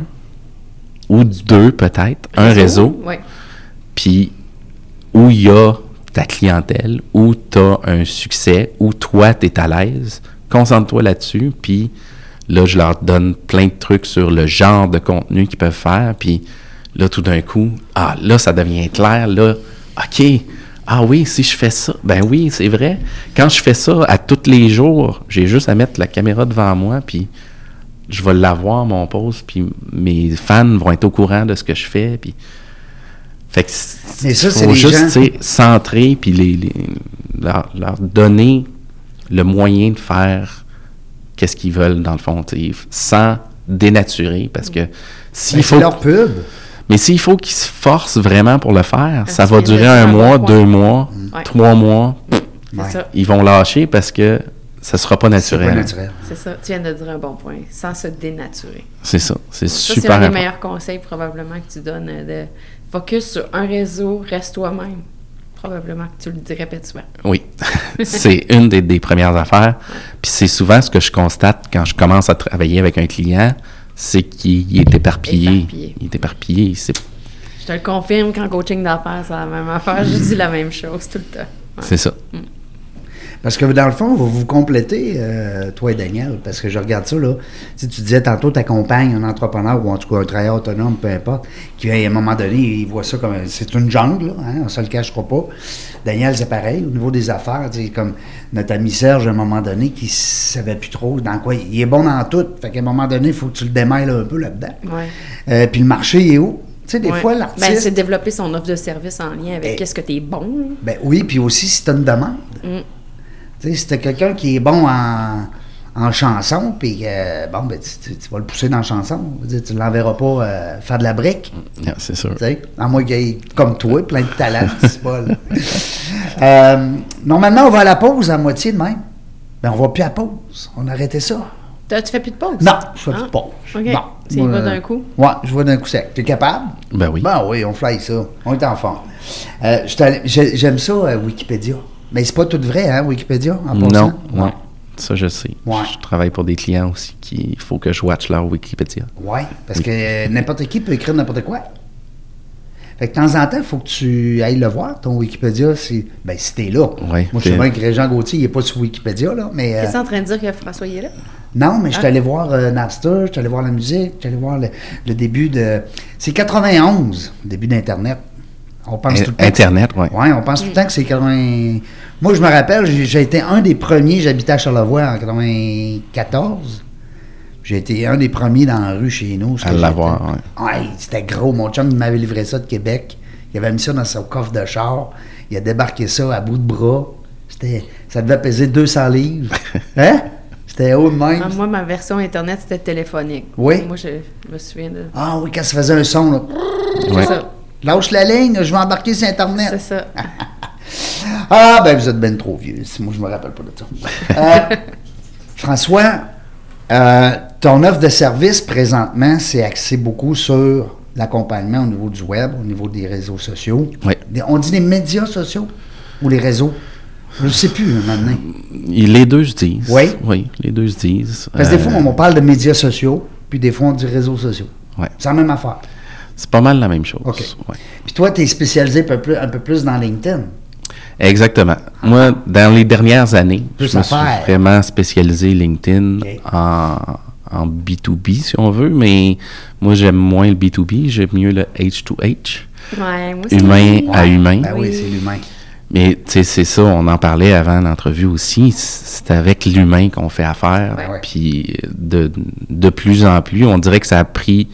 ou deux peut-être, un réseau, ouais. Puis où il y a ta clientèle, où tu as un succès, où toi, tu es à l'aise, concentre-toi là-dessus, puis là, je leur donne plein de trucs sur le genre de contenu qu'ils peuvent faire, puis là, tout d'un coup, là, ça devient clair, là, OK, oui, si je fais ça, ben oui, c'est vrai. Quand je fais ça à tous les jours, j'ai juste à mettre la caméra devant moi, puis je vais l'avoir, mon post, puis mes fans vont être au courant de ce que je fais, puis... Fait que mais ça, faut juste centrer puis leur donner le moyen de faire qu'est-ce qu'ils veulent dans le fond, sans dénaturer, parce que s'il faut... C'est leur pub. Mais s'il faut qu'ils se forcent vraiment pour le faire, ça va durer 1 mois, 2 mois, 3 mois. C'est ça. Ils vont lâcher parce que ça sera pas naturel. C'est pas naturel. C'est ça. Tu viens de dire un bon point. Sans se dénaturer. C'est ça. C'est ça, super c'est un des important. meilleurs conseils probablement que tu donnes de focus sur un réseau, reste toi-même. Probablement que tu le répètes souvent. Oui. C'est une des premières affaires. Puis c'est souvent ce que je constate quand je commence à travailler avec un client, c'est qu'il est éparpillé. Il est éparpillé. Je te le confirme qu'en coaching d'affaires, c'est la même affaire. Je dis la même chose tout le temps. Ouais. C'est ça. Parce que dans le fond, vous complétez, toi et Daniel, parce que je regarde ça, là. Tu disais tantôt, tu accompagnes un entrepreneur ou en tout cas un travailleur autonome, peu importe, qui à un moment donné, il voit ça comme c'est une jungle, là, hein, on ne se le cachera pas. Daniel, c'est pareil, au niveau des affaires, comme notre ami Serge, à un moment donné, qui ne savait plus trop dans quoi. Il est bon dans tout, fait qu'à un moment donné, il faut que tu le démêles un peu là-dedans. Ouais. Puis le marché il est où? Tu sais, des fois, l'artiste... Ben, c'est développer son offre de service en lien avec qu'est-ce que tu es bon. Ben oui, puis aussi si tu as une demande. Tu sais, si t'as quelqu'un qui est bon en chanson, puis tu vas le pousser dans la chanson. Tu ne l'enverras pas faire de la brique. Yeah, c'est sûr. À moins qu'il ait, comme toi, plein de talent. C'est pas, là. Normalement, on va à la pause à moitié de même. Ben, on ne va plus à la pause. On a arrêté ça. Tu fais plus de pause? Non, je fais plus de pause. OK. Non. Tu y vas d'un coup? Oui, je vais d'un coup sec. Tu es capable? Ben oui. Ben oui, on fly ça. On est en forme. J'aime ça, Wikipédia. Mais c'est pas tout vrai, hein, Wikipédia, en passant? Non. Ça, je sais. Ouais. Je travaille pour des clients aussi il faut que je watch leur Wikipédia. Oui, parce que n'importe qui peut écrire n'importe quoi. Fait que de temps en temps, il faut que tu ailles le voir, ton Wikipédia, si t'es là. Ouais, moi, je sais bien que Régent Gauthier, il n'est pas sur Wikipédia, là, mais... T'es en train de dire que François y est là? Non, mais je suis allé voir Napster, je suis allé voir la musique, je suis allé voir le début de... C'est 91, le début d'Internet. On pense tout le temps Internet, oui. Oui, on pense tout le temps que c'est 80... Moi, je me rappelle, j'ai été un des premiers, j'habitais à Charlevoix en 94. J'ai été un des premiers dans la rue chez nous. À l'avoir, oui. Oui, c'était gros. Mon chum m'avait livré ça de Québec. Il avait mis ça dans son coffre de char. Il a débarqué ça à bout de bras. Ça devait peser 200 livres. Hein? C'était haut de même. Moi, ma version Internet, c'était téléphonique. Oui? Moi, je me souviens de... Ah oui, quand ça faisait un son, là. C'est ça. Lâche la ligne, je vais embarquer sur Internet. C'est ça. Ah, ben vous êtes ben trop vieux. Moi, je me rappelle pas de ça. François, ton offre de service, présentement, c'est axé beaucoup sur l'accompagnement au niveau du web, au niveau des réseaux sociaux. Oui. On dit les médias sociaux ou les réseaux? Je ne sais plus, maintenant. Les deux se disent. Oui? Oui, les deux se disent. Parce que des fois, on parle de médias sociaux, puis des fois, on dit réseaux sociaux. Ouais. C'est la même affaire. C'est pas mal la même chose. OK. Ouais. Puis toi, tu es spécialisé un peu plus dans LinkedIn. Exactement. Moi, dans les dernières années, Plus je me suis vraiment spécialisé LinkedIn en B2B, si on veut, mais moi, j'aime moins le B2B, j'aime mieux le H2H. Ouais, moi aussi. Humain à humain. Ben oui, c'est l'humain. Mais, tu sais, c'est ça, on en parlait avant l'entrevue aussi, c'est avec l'humain qu'on fait affaire. Ben ouais. Puis, de plus en plus, on dirait que ça a pris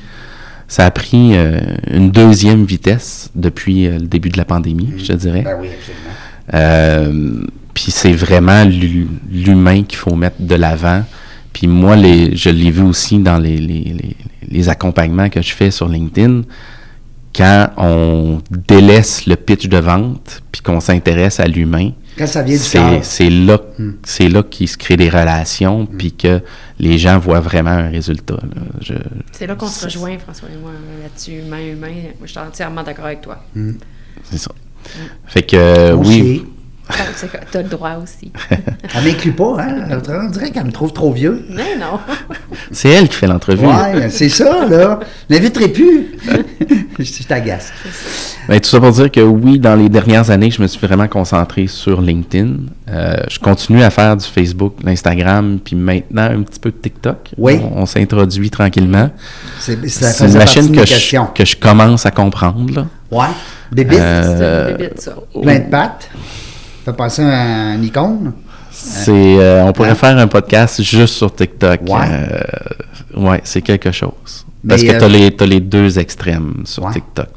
une deuxième vitesse depuis le début de la pandémie, je te dirais. Ben oui, absolument. Puis c'est vraiment l'humain qu'il faut mettre de l'avant. Puis moi, je l'ai vu aussi dans les accompagnements que je fais sur LinkedIn. Quand on délaisse le pitch de vente, puis qu'on s'intéresse à l'humain, quand ça vient du cœur. c'est là qu'il se crée des relations, puis que les gens voient vraiment un résultat. Là. C'est là qu'on se rejoint, François et moi, là-dessus, humain. Moi, je suis entièrement d'accord avec toi. C'est ça. Fait que, oui. T'as le droit aussi. Elle m'inclut pas, hein? On dirait qu'elle me trouve trop vieux. Mais non. C'est elle qui fait l'entrevue. Ouais, c'est ça, là. Je n'inviterai plus. Je t'agace. Ben, tout ça pour dire que oui, dans les dernières années, je me suis vraiment concentré sur LinkedIn. Je continue à faire du Facebook, l'Instagram, puis maintenant un petit peu de TikTok. Oui. On s'introduit tranquillement. C'est une machine que je commence à comprendre. Là. Ouais. Bébite. C'est une bébite, ça. Plein de pattes. Ça fait passer un icône. On pourrait faire un podcast juste sur TikTok. Ouais. Ouais, c'est quelque chose. Mais parce que t'as les deux extrêmes sur TikTok.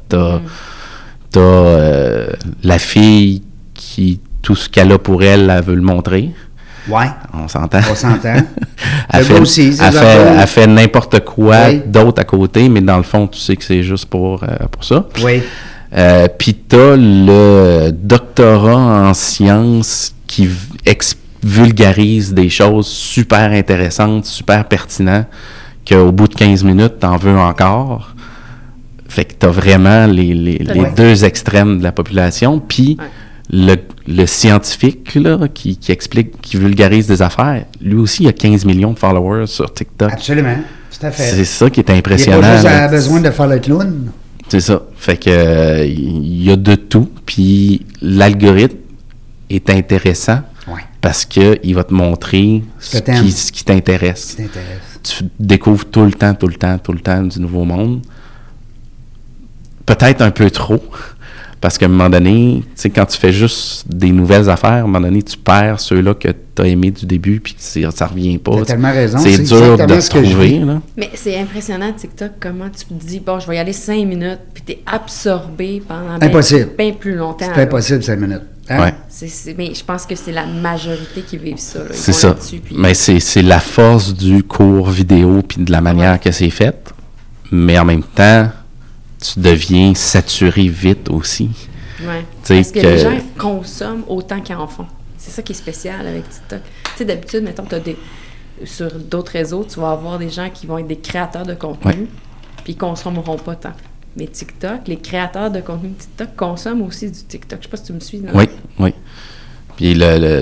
T'as la fille qui, tout ce qu'elle a pour elle, elle veut le montrer. Ouais. On s'entend. Elle fait n'importe quoi d'autre à côté, mais dans le fond, tu sais que c'est juste pour ça. Oui. Puis t'as le doctorat en sciences qui vulgarise des choses super intéressantes, super pertinentes, qu'au bout de 15 minutes, t'en veux encore. Fait que t'as vraiment les deux extrêmes de la population. Puis le scientifique là, qui explique, qui vulgarise des affaires, lui aussi, il a 15 millions de followers sur TikTok. Absolument, tout à fait. C'est ça qui est impressionnant. Il n'a pas juste besoin de faire le clown. C'est ça. Fait que il y a de tout. Puis l'algorithme est intéressant parce qu'il va te montrer ce qui t'intéresse. Tu découvres tout le temps du nouveau monde. Peut-être un peu trop. Parce qu'à un moment donné, tu sais, quand tu fais juste des nouvelles affaires, à un moment donné, tu perds ceux-là que tu as aimés du début, puis ça revient pas. Tu as tellement raison. C'est dur de retrouver. Là. Mais c'est impressionnant, TikTok, comment tu te dis, bon, je vais y aller 5 minutes, puis tu es absorbé pendant bien plus longtemps. C'est impossible, 5 minutes. Hein? Ouais. Mais je pense que c'est la majorité qui vivent ça. Là. C'est ça. Mais c'est la force du cours vidéo, puis de la manière que c'est fait. Mais en même temps, tu deviens saturé vite aussi. Oui. Parce que les gens consomment autant qu'ils en font. C'est ça qui est spécial avec TikTok. Tu sais, d'habitude, mettons, sur d'autres réseaux, tu vas avoir des gens qui vont être des créateurs de contenu, puis ils consommeront pas tant. Mais TikTok, les créateurs de contenu de TikTok consomment aussi du TikTok. Je sais pas si tu me suis. Là. Oui. Puis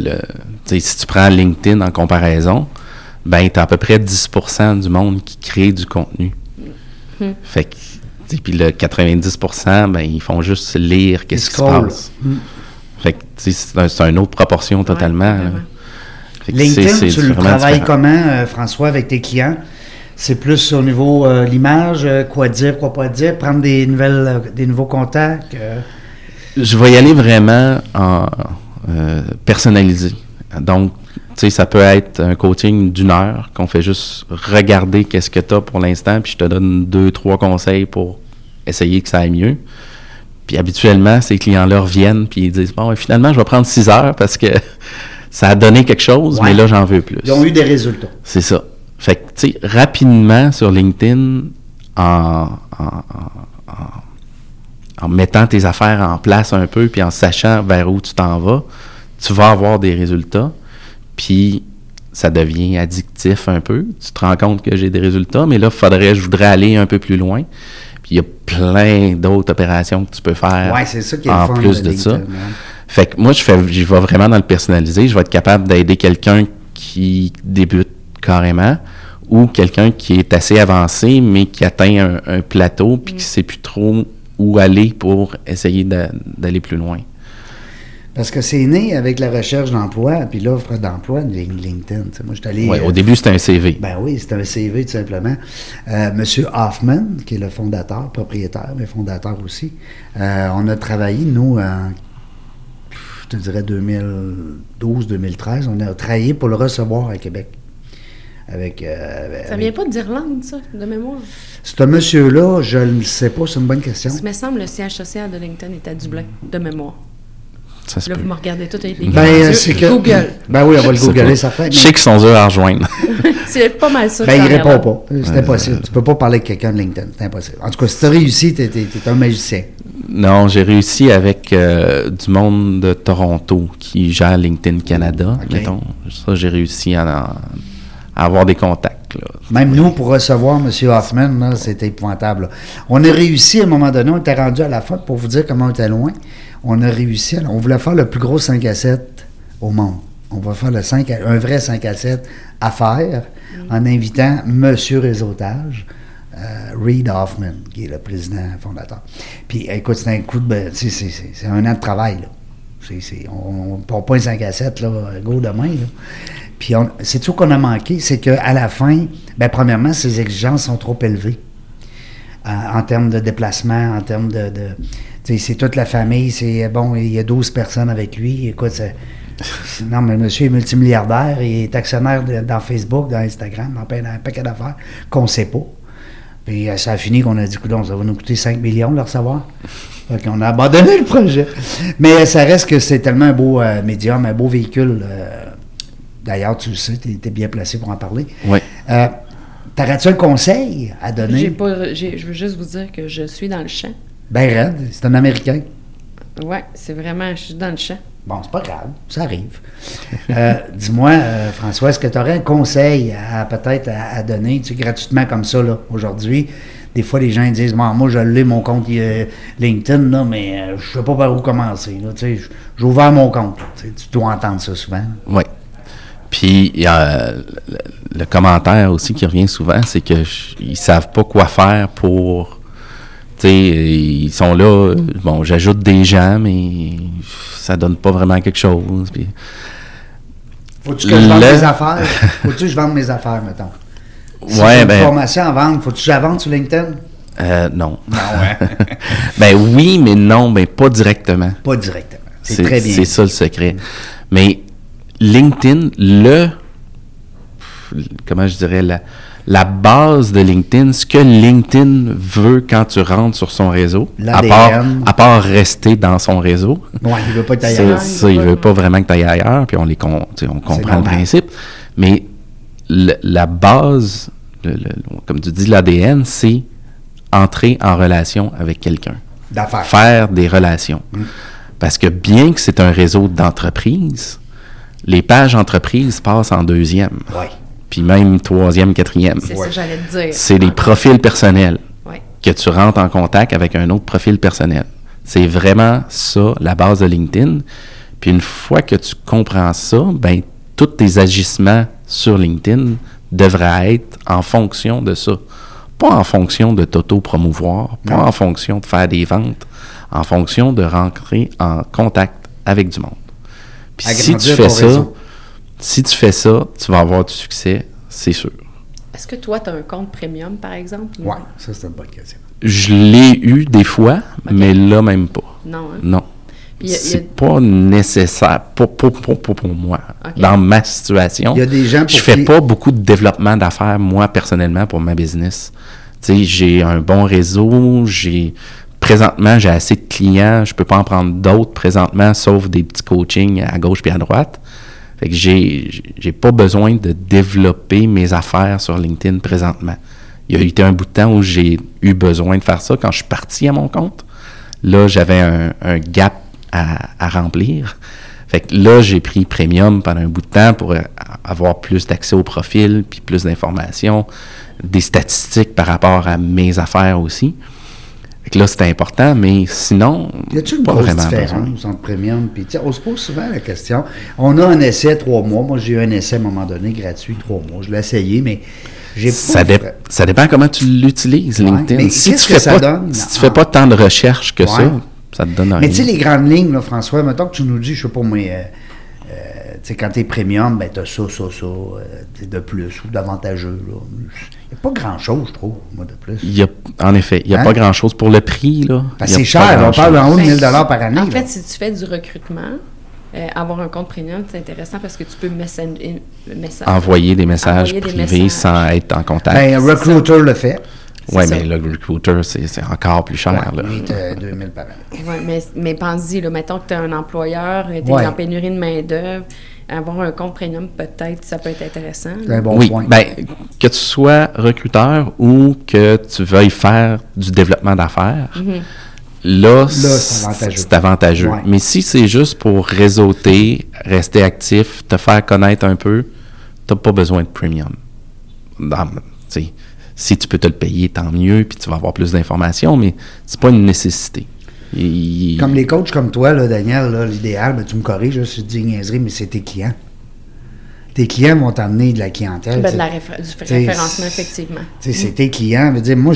si tu prends LinkedIn en comparaison, ben tu as à peu près 10% du monde qui crée du contenu. Fait que puis le 90%, ben ils font juste lire qu'est-ce qui se passe. Fait que c'est une autre proportion totalement. LinkedIn, tu le travailles comment, François, avec tes clients? C'est plus au niveau l'image, quoi dire, quoi pas dire, prendre des nouveaux contacts? Je vais y aller vraiment en personnalisé. Donc, tu sais, ça peut être un coaching d'1 heure qu'on fait juste regarder qu'est-ce que tu as pour l'instant, puis je te donne 2-3 conseils pour essayer que ça aille mieux. Puis habituellement, ces clients-là reviennent, puis ils disent, bon, finalement, je vais prendre 6 heures parce que ça a donné quelque chose, mais là, j'en veux plus. Ils ont eu des résultats. C'est ça. Fait que, tu sais, rapidement sur LinkedIn, en mettant tes affaires en place un peu, puis en sachant vers où tu t'en vas, tu vas avoir des résultats. Puis ça devient addictif un peu. Tu te rends compte que j'ai des résultats, mais là, je voudrais aller un peu plus loin. Puis il y a plein d'autres opérations que tu peux faire c'est ça qui est en le fun plus de ça. Fait que moi, je vais vraiment dans le personnalisé. Je vais être capable d'aider quelqu'un qui débute carrément ou quelqu'un qui est assez avancé, mais qui atteint un plateau puis qui ne sait plus trop où aller pour essayer d'aller plus loin. Parce que c'est né avec la recherche d'emploi puis l'offre d'emploi de LinkedIn. T'sais, moi, je suis allé... Oui, au début, c'était un CV. Ben oui, c'était un CV, tout simplement. Monsieur Hoffman, qui est le fondateur, propriétaire, mais fondateur aussi, on a travaillé, nous, je te dirais 2012-2013, on a travaillé pour le recevoir à Québec. Ça vient pas d'Irlande, ça, de mémoire? Ce monsieur-là, je ne sais pas, c'est une bonne question. Il me semble que le siège social de LinkedIn est à Dublin, de mémoire. Ça se là, peut. vous me regardez tout avec les c'est que Google. Ben oui, on va le googler, ça fait. Je sais qu'ils sont durs à rejoindre. C'est pas mal ça. Ben, il répond pas. C'est impossible. Tu peux pas parler avec quelqu'un de LinkedIn. C'est impossible. En tout cas, si tu as réussi, tu es un magicien. Non, j'ai réussi avec du monde de Toronto qui gère LinkedIn Canada, mettons. Ça, j'ai réussi à avoir des contacts. Là. Même nous, pour recevoir M. Hoffman, là, c'était épouvantable. Là. On a réussi, à un moment donné, on était rendu à la fin, pour vous dire comment on était loin, on a réussi, on voulait faire le plus gros 5 à 7 au monde. On va faire un vrai 5 à 7 à faire en invitant M. Réseautage, Reid Hoffman, qui est le président fondateur. Puis, écoute, c'est un coup de... C'est un an de travail, là. On ne part pas un 5 à 7, là, go demain, là. Puis, c'est tout qu'on a manqué, c'est qu'à la fin, premièrement, ces exigences sont trop élevées en termes de déplacement, en termes de c'est toute la famille, il y a 12 personnes avec lui, écoute, non, mais le monsieur est multimilliardaire, il est actionnaire dans Facebook, dans Instagram, dans un paquet d'affaires qu'on ne sait pas. Puis ça a fini qu'on a dit, coudonc, ça va nous coûter 5 millions de le recevoir. Donc, on a abandonné le projet. Mais ça reste que c'est tellement un beau médium, un beau véhicule. D'ailleurs, tu le sais, tu es bien placé pour en parler. Oui. T'aurais-tu un conseil à donner? Je veux juste vous dire que je suis dans le champ. Ben raide, c'est un Américain. Oui, c'est vraiment, je suis dans le champ. Bon, c'est pas grave, ça arrive. Dis-moi, François, est-ce que tu aurais un conseil peut-être à donner, gratuitement comme ça, là, aujourd'hui? Des fois, les gens disent, moi, je l'ai, mon compte LinkedIn, là, mais je sais pas par où commencer. J'ai ouvert mon compte. Tu dois entendre ça souvent. Oui. Puis, il y a le commentaire aussi qui revient souvent, c'est qu'ils savent pas quoi faire pour... Tu sais, ils sont là, bon, j'ajoute des gens, mais ça donne pas vraiment quelque chose. Puis... Faut-tu que je vende mes affaires? Faut-tu que je vende mes affaires, mettons? Si j'ai une formation à vendre, faut-tu que je la vende sur LinkedIn? Non. Non, ouais. Oui, mais non, pas directement. Pas directement. C'est très bien. C'est ça le secret. Mais LinkedIn, comment je dirais, la base de LinkedIn, ce que LinkedIn veut quand tu rentres sur son réseau, à part rester dans son réseau. Oui, il ne veut pas que tu ailles ailleurs. Ça, il ne veut pas vraiment que tu ailles ailleurs, puis on comprend le principe. Mais la base, comme tu dis, l'ADN, c'est entrer en relation avec quelqu'un. D'affaires. Faire des relations. Parce que bien que c'est un réseau d'entreprises, les pages entreprises passent en deuxième. Oui. Puis même troisième, quatrième. C'est ça que j'allais te dire. C'est les profils personnels ouais. que tu rentres en contact avec un autre profil personnel. C'est vraiment ça, la base de LinkedIn. Puis une fois que tu comprends ça, ben tous tes agissements sur LinkedIn devraient être en fonction de ça. Pas en fonction de t'auto-promouvoir, pas en fonction de faire des ventes, en fonction de rentrer en contact avec du monde. Puis si tu fais ça, tu vas avoir du succès, c'est sûr. Est-ce que toi, tu as un compte premium, par exemple? Oui, ça, c'est une bonne question. Je l'ai eu des fois, mais là, même pas. Non, hein? Non. C'est pas nécessaire pour moi. Okay. Dans ma situation, il y a des gens je fais pas beaucoup de développement d'affaires, moi, personnellement, pour ma business. Tu sais, j'ai un bon réseau, présentement, j'ai assez de clients, je peux pas en prendre d'autres présentement, sauf des petits coachings à gauche puis à droite. Fait que j'ai pas besoin de développer mes affaires sur LinkedIn présentement. Il y a eu un bout de temps où j'ai eu besoin de faire ça quand je suis parti à mon compte. Là, j'avais un gap à remplir. Fait que là, j'ai pris Premium pendant un bout de temps pour avoir plus d'accès au profil, puis plus d'informations, des statistiques par rapport à mes affaires aussi. Fait que là, c'était important, mais sinon, y a-t-il une grosse différence entre premium et... On se pose souvent la question. On a un essai 3 mois. Moi, j'ai eu un essai à un moment donné gratuit 3 mois. Je l'ai essayé, mais j'ai pas... Ça dépend comment tu l'utilises, LinkedIn. Mais si tu fais pas tant de recherche que ça te donne rien. Mais tu sais, les grandes lignes, là, François, mettons que tu nous dis, je sais pas moi... tu sais, quand tu es premium, ben, tu as ça, de plus ou d'avantageux. Il n'y a pas grand-chose, je trouve, moi, de plus. En effet, il n'y a pas grand-chose pour le prix. Là. Parce que c'est cher, on parle en haut de 1 000 $ par année. En fait, si tu fais du recrutement, avoir un compte premium, c'est intéressant parce que tu peux envoyer des messages privés sans être en contact. Ben, un recruiter le fait. Oui, mais le recruiter, c'est encore plus cher. Ouais, lui, tu as 2 000 par année. Oui, mais pense-y, là, mettons que tu as un employeur, tu es en pénurie de main-d'œuvre, avoir un compte premium, peut-être, ça peut être intéressant. C'est un bon point. Ben, que tu sois recruteur ou que tu veuilles faire du développement d'affaires, là, c'est avantageux. Ouais. Mais si c'est juste pour réseauter, rester actif, te faire connaître un peu, tu n'as pas besoin de premium. Si tu peux te le payer, tant mieux, puis tu vas avoir plus d'informations, mais c'est pas une nécessité. Comme les coachs comme toi, là, Daniel, là, l'idéal, ben, tu me corriges, si je dis niaiserie, mais c'est tes clients. Tes clients vont t'amener de la clientèle. Ben, du référencement, effectivement. C'est tes clients. Veut dire, moi,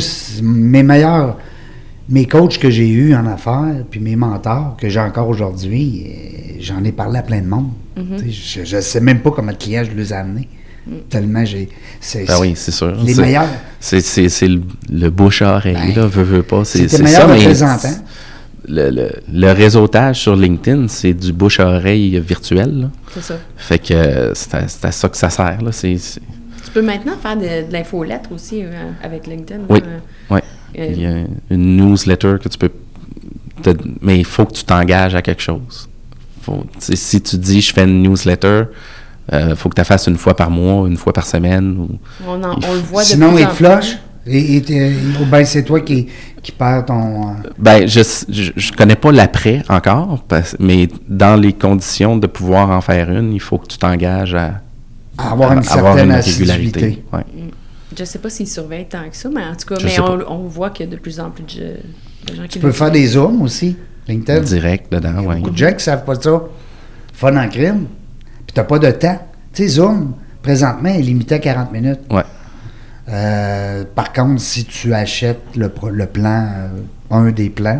mes coachs que j'ai eus en affaires, puis mes mentors que j'ai encore aujourd'hui, j'en ai parlé à plein de monde. Je ne sais même pas comment de clients je les ai amenés. Tellement j'ai... oui, c'est sûr. Les meilleurs. C'est le bouche à oreille, là, veux pas. C'est tes meilleurs représentants. Le réseautage sur LinkedIn, c'est du bouche à oreille virtuel. Là. C'est ça. Fait que c'est à ça que ça sert. Là. Tu peux maintenant faire de l'infolettre aussi avec LinkedIn. Oui. Il y a une newsletter que tu peux... mais il faut que tu t'engages à quelque chose. Si tu dis « je fais une newsletter », faut que tu la fasses 1 fois par mois, 1 fois par semaine. On le voit de sinon, il te flush. Ou bien c'est toi qui perds ton... Ben, je connais pas l'après encore, mais dans les conditions de pouvoir en faire une, il faut que tu t'engages à avoir une certaine régularité. Ouais. Je sais pas s'ils surveillent tant que ça, mais en tout cas, on voit qu'il y a de plus en plus de gens qui... Tu peux faire des zooms aussi, LinkedIn. Direct dedans, oui. Beaucoup de gens qui ne savent pas ça. Fun en crime. Puis tu n'as pas de temps. Tu sais, Zoom, présentement, est limité à 40 minutes. Ouais. Par contre, si tu achètes le plan, un des plans,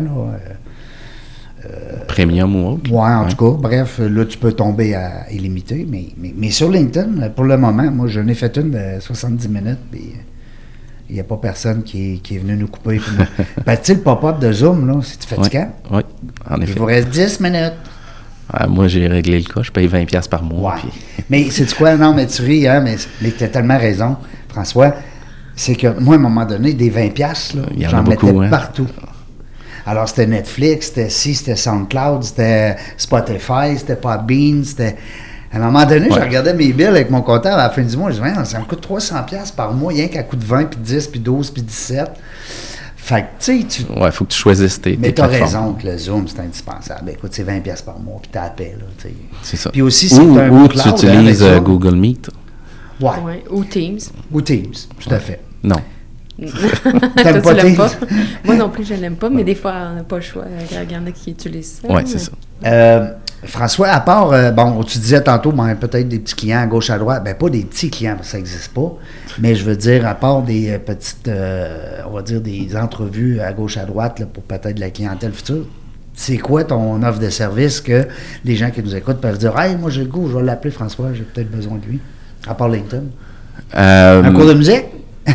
premium ou autre. Oui, en tout cas. Bref, là, tu peux tomber à illimité. Mais sur LinkedIn, pour le moment, moi, j'en ai fait une de 70 minutes, puis il n'y a pas personne qui est venu nous couper. Ben, tu sais, le pop-up de Zoom, là, c'est fatigant. Oui, en effet. Il vous reste 10 minutes. Moi, j'ai réglé le cas. Je paye 20$ par mois. Ouais. Mais c'est quoi? Non, mais tu ris, hein, mais tu as tellement raison, François. C'est que moi, à un moment donné, des 20$, là, j'en mettais partout. Alors, c'était Netflix, c'était SoundCloud, c'était Spotify, c'était Podbean, c'était... À un moment donné, je regardais mes bills avec mon comptable à la fin du mois. Je disais, ça me coûte 300$ par mois, rien qu'à coût de 20, puis 10, puis 12, puis 17. Fait que, tu sais, il faut que tu choisisses tes mais tu as raison que le Zoom, c'est indispensable. Écoute, c'est 20$ par mois, puis tu as la paix, là, tu sais. C'est ça. Puis aussi, c'est ou tu utilises Google Meet. Ouais. Ou Teams. Ou Teams, tout à fait. Non. T'aimes pas Teams? Moi non plus, je l'aime pas, mais des fois, on n'a pas le choix. Il y en a qui utilisent ça. Oui, c'est ça. François, à part, tu disais tantôt, peut-être des petits clients à gauche, à droite. Ben, pas des petits clients, ça n'existe pas. Mais je veux dire, à part des petites, on va dire, des entrevues à gauche, à droite, là, pour peut-être de la clientèle future, c'est quoi ton offre de service que les gens qui nous écoutent peuvent dire, « Hey, moi, j'ai le goût, je vais l'appeler François, j'ai peut-être besoin de lui. » À part LinkedIn. Un cours de musique?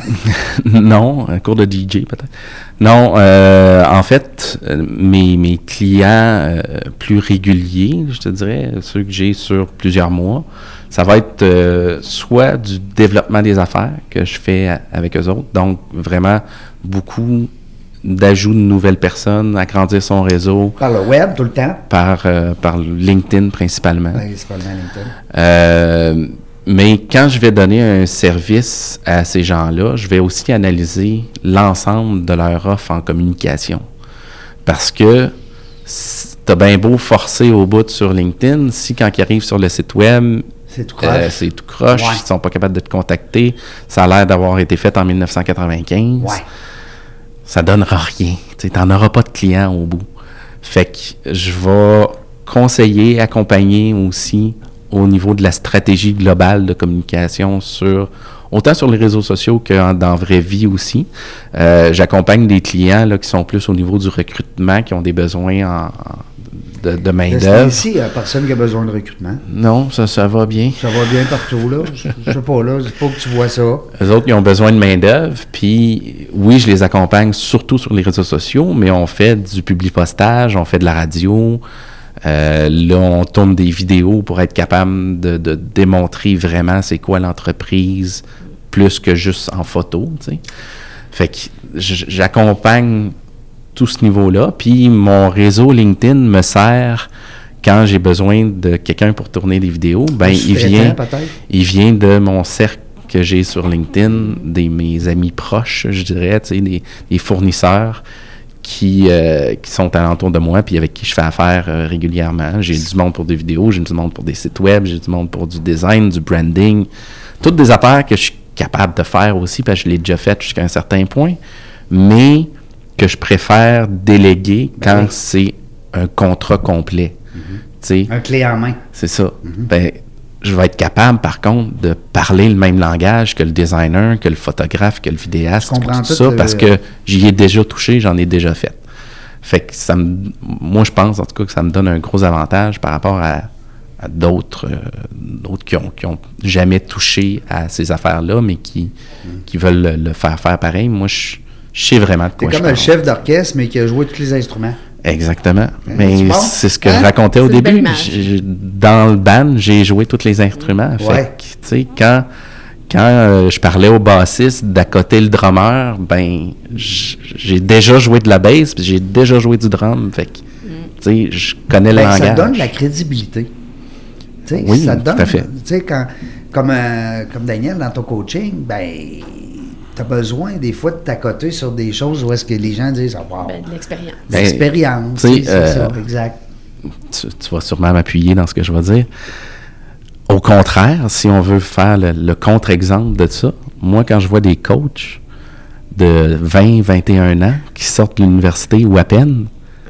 Non, un cours de DJ peut-être. Non, en fait, mes clients plus réguliers, je te dirais, ceux que j'ai sur plusieurs mois, ça va être soit du développement des affaires que je fais avec eux autres, donc vraiment beaucoup d'ajout de nouvelles personnes, agrandir son réseau. Par le web tout le temps? Par LinkedIn principalement. Principalement LinkedIn. Mais quand je vais donner un service à ces gens-là, je vais aussi analyser l'ensemble de leur offre en communication. Parce que t'as bien beau forcer au bout sur LinkedIn, si quand ils arrivent sur le site web, c'est tout croche. Ils ne sont pas capables de te contacter, ça a l'air d'avoir été fait en 1995. Ouais. ça donnera rien. Tu n'en auras pas de clients au bout. Fait que je vais conseiller, accompagner aussi au niveau de la stratégie globale de communication autant sur les réseaux sociaux que dans la vraie vie aussi. J'accompagne des clients là, qui sont plus au niveau du recrutement, qui ont des besoins de main-d'œuvre. C'est ici, il n'y a personne qui a besoin de recrutement. Non, ça va bien. Ça va bien partout, là. Je sais pas, là. Il faut que tu vois ça. Eux autres, ils ont besoin de main-d'œuvre. Puis, oui, je les accompagne surtout sur les réseaux sociaux, mais on fait du publipostage, on fait de la radio. Là, on tourne des vidéos pour être capable de démontrer vraiment c'est quoi l'entreprise, plus que juste en photo, tu sais. Fait que j'accompagne tout ce niveau-là. Puis mon réseau LinkedIn me sert quand j'ai besoin de quelqu'un pour tourner des vidéos. Ben il vient de mon cercle que j'ai sur LinkedIn, mes amis proches, je dirais, tu sais, des fournisseurs qui sont alentour de moi puis avec qui je fais affaire régulièrement. J'ai du monde pour des vidéos, j'ai du monde pour des sites web, j'ai du monde pour du design, du branding. Toutes des affaires que je suis capable de faire aussi parce que je l'ai déjà fait jusqu'à un certain point, mais que je préfère déléguer quand c'est un contrat complet. Un clé en main. C'est ça. Ben, je vais être capable, par contre, de parler le même langage que le designer, que le photographe, que le vidéaste, tout ça, parce que j'y ai déjà touché, j'en ai déjà fait. Fait que moi, je pense, en tout cas, que ça me donne un gros avantage par rapport à d'autres qui ont jamais touché à ces affaires-là, mais qui veulent le faire pareil. Moi, je sais vraiment de quoi je parle. C'est comme un chef d'orchestre, mais qui a joué tous les instruments. Exactement. Mais c'est ce que je racontais au début. Dans le band, j'ai joué tous les instruments. Fait que, tu sais, quand je parlais au bassiste d'à côté le drummer, ben, j'ai déjà joué de la bass, puis j'ai déjà joué du drum. Fait que, tu sais, je connais le langage. Ça donne de la crédibilité. Oui, ça donne, tout à fait. Tu sais, comme Daniel, dans ton coaching, ben, tu as besoin des fois de t'accoter sur des choses où est-ce que les gens disent « wow ». De l'expérience. L'expérience, c'est ça, exact. Tu vas sûrement m'appuyer dans ce que je vais dire. Au contraire, si on veut faire le contre-exemple de ça, moi, quand je vois des coachs de 20, 21 ans qui sortent de l'université ou à peine,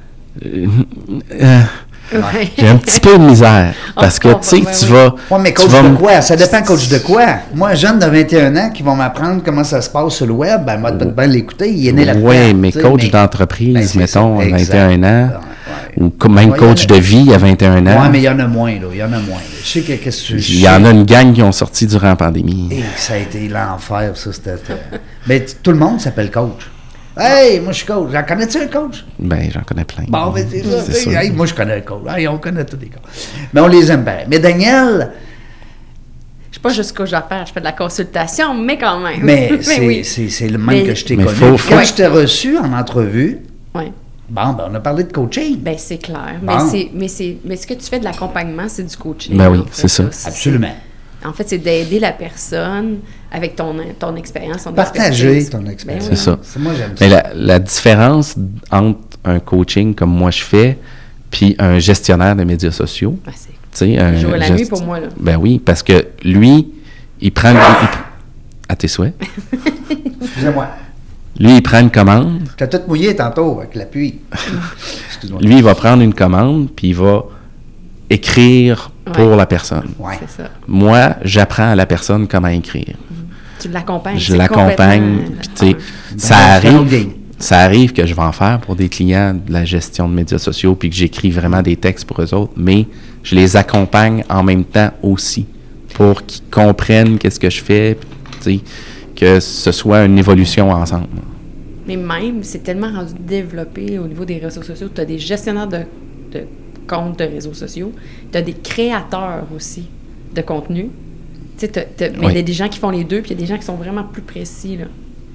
j'ai un petit peu de misère. Parce que, tu sais, tu vas... Oui, mais coach de quoi? Ça dépend coach de quoi. Moi, jeune de 21 ans qui vont m'apprendre comment ça se passe sur le web, ben moi, peut-être bien l'écouter, il est né là-dedans. Oui, mais coach d'entreprise, mettons, à 21 ans, ou même coach de vie à 21 ans. Oui, mais il y en a moins, là. Il y en a moins. Je sais que qu'est-ce que tu... Il y en a une gang qui ont sorti durant la pandémie. Et ça a été l'enfer, ça. C'était... Mais tout le monde s'appelle coach. Hey, moi je suis coach. J'en connais-tu un coach? Ben, j'en connais plein. Bon, ben c'est ça. Hey, moi je connais un coach. Hey, on connaît tous les coachs. Mais on les aime bien. Mais Daniel... Je suis pas juste coach d'affaires, je fais de la consultation, mais quand même. Mais c'est le même que je t'ai connu. Quand je t'ai reçu en entrevue, bon, ben on a parlé de coaching. Ben c'est clair. Bon. Mais ce que tu fais de l'accompagnement, c'est du coaching. Ben oui, c'est ça. Absolument. En fait, c'est d'aider la personne avec ton expérience, ton partager ton expérience. C'est ça. Moi, j'aime ça. Mais la différence entre un coaching comme moi je fais puis un gestionnaire de médias sociaux, c'est jour et la nuit pour moi. Là. Ben oui, parce que lui, il prend... à tes souhaits. Excusez-moi. Lui, il prend une commande. Tu as tout mouillé tantôt avec la pluie. Excuse-moi. Lui, il va prendre une commande puis il va écrire pour la personne. Ouais. C'est ça. Moi, j'apprends à la personne comment écrire. Tu l'accompagnes. Je l'accompagne. Puis, ça arrive que je vais en faire pour des clients de la gestion de médias sociaux puis que j'écris vraiment des textes pour eux autres, mais je les accompagne en même temps aussi pour qu'ils comprennent qu'est-ce que je fais, puis, que ce soit une évolution ensemble. Mais même, c'est tellement rendu développé au niveau des réseaux sociaux. Tu as des gestionnaires de comptes de réseaux sociaux. Tu as des créateurs aussi de contenu. Mais il y a des gens qui font les deux, puis il y a des gens qui sont vraiment plus précis. Là.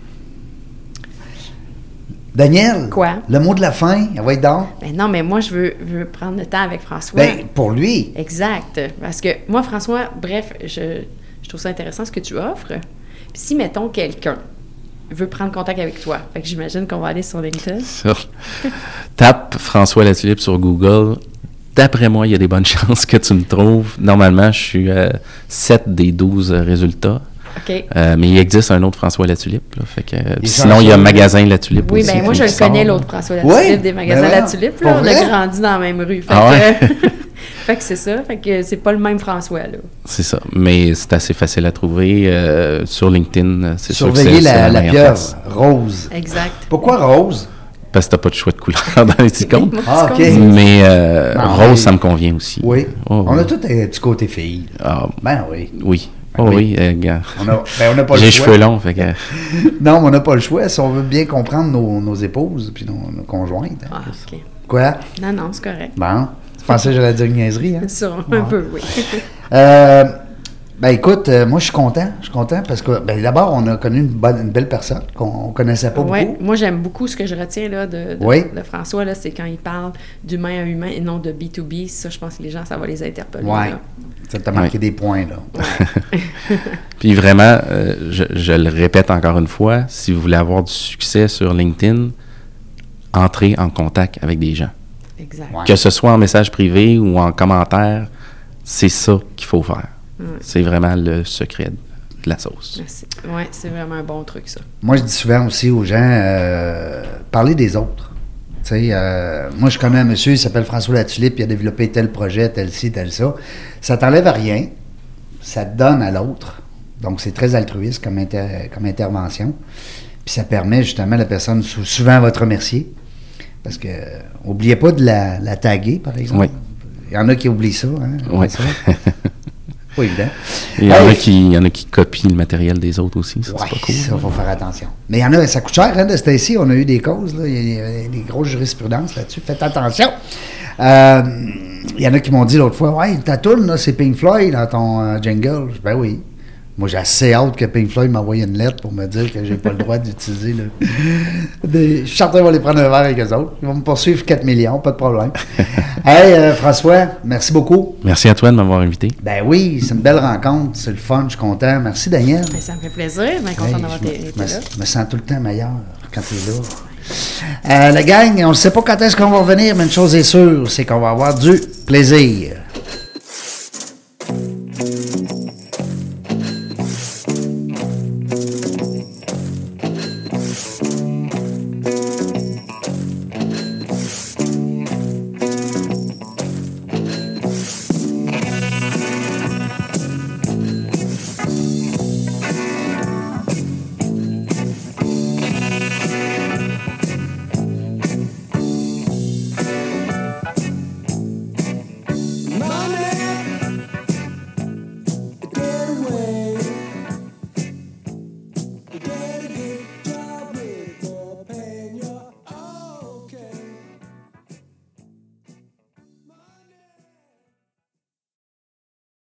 Daniel, quoi? Le mot de la fin, elle va être dans. Ben non, mais moi, je veux prendre le temps avec François. Ben, pour lui. Exact. Parce que moi, François, bref, je trouve ça intéressant ce que tu offres. Puis si, mettons, quelqu'un veut prendre contact avec toi, fait que j'imagine qu'on va aller sur LinkedIn. Tape François Latulippe sur Google. D'après moi, il y a des bonnes chances que tu me trouves. Normalement, je suis 7 des 12 résultats. OK. Mais il existe un autre François Latulippe. Là, fait que, sinon, il y a Magasin Latulippe oui, aussi. Oui, bien moi, je le connais, l'autre François Latulippe, des magasins Latulippe. Là, on a grandi dans la même rue. Fait que c'est ça. Fait que c'est pas le même François, là. C'est ça. Mais c'est assez facile à trouver. Sur LinkedIn, c'est sûr que surveiller c'est la pieuvre rose. Exact. Pourquoi rose? Parce que t'as pas de choix de couleur dans les icônes. Ah, OK. Mais rose, ça me convient aussi. Oui. Oh, on a tout un petit côté fille. Ah, ben oui. Oui. Ben oui, gars. On n'a pas le choix. J'ai les cheveux longs, fait que... Non, mais on n'a pas le choix si on veut bien comprendre nos épouses puis nos conjointes. Hein. Ah, OK. Quoi? Non, c'est correct. Bon. Tu pensais que j'allais dire une niaiserie, hein? Sur un peu, oui. Ben écoute, moi je suis content parce que d'abord on a connu une belle personne qu'on connaissait pas beaucoup. Moi j'aime beaucoup ce que je retiens là, de François, là, c'est quand il parle d'humain à humain et non de B2B. Ça, je pense que les gens, ça va les interpeller. Oui, ça t'a marqué des points là. Puis vraiment, je le répète encore une fois, si vous voulez avoir du succès sur LinkedIn, entrez en contact avec des gens. Exact. Ouais. Que ce soit en message privé ou en commentaire, c'est ça qu'il faut faire. C'est vraiment le secret de la sauce. Oui, c'est vraiment un bon truc, ça. Moi, je dis souvent aussi aux gens, parler des autres. Tu sais, moi, je connais un monsieur, il s'appelle François Latulippe, il a développé tel projet, tel ci, tel ça. Ça t'enlève à rien, ça te donne à l'autre. Donc, c'est très altruiste comme intervention. Puis ça permet justement à la personne, souvent, va te remercier. Parce que, n'oubliez pas de la taguer, par exemple. Oui. Il y en a qui oublient ça. Hein, oui. Pas évident. Il y en a qui copient le matériel des autres aussi. Ça, c'est pas cool. Ça, il faut faire attention. Mais il y en a, ça coûte cher, hein, de ce ici. On a eu des causes, là. Il y a des grosses jurisprudences là-dessus. Faites attention. Il y en a qui m'ont dit l'autre fois, ouais, ta toune, là, c'est Pink Floyd dans ton jingle. Ben oui. Moi, j'ai assez hâte que Pink Floyd m'envoie une lettre pour me dire que j'ai pas le droit d'utiliser le... Je suis certain qu'ils vont les prendre un verre avec eux autres. Ils vont me poursuivre 4 millions, pas de problème. Hey, François, merci beaucoup. Merci à toi de m'avoir invité. Ben oui, c'est une belle rencontre, c'est le fun, je suis content. Merci, Daniel. Ben, ça me fait plaisir, bien content d'avoir été là. Je me sens tout le temps meilleur quand tu es là. La gang, on ne sait pas quand est-ce qu'on va revenir, mais une chose est sûre, c'est qu'on va avoir du plaisir.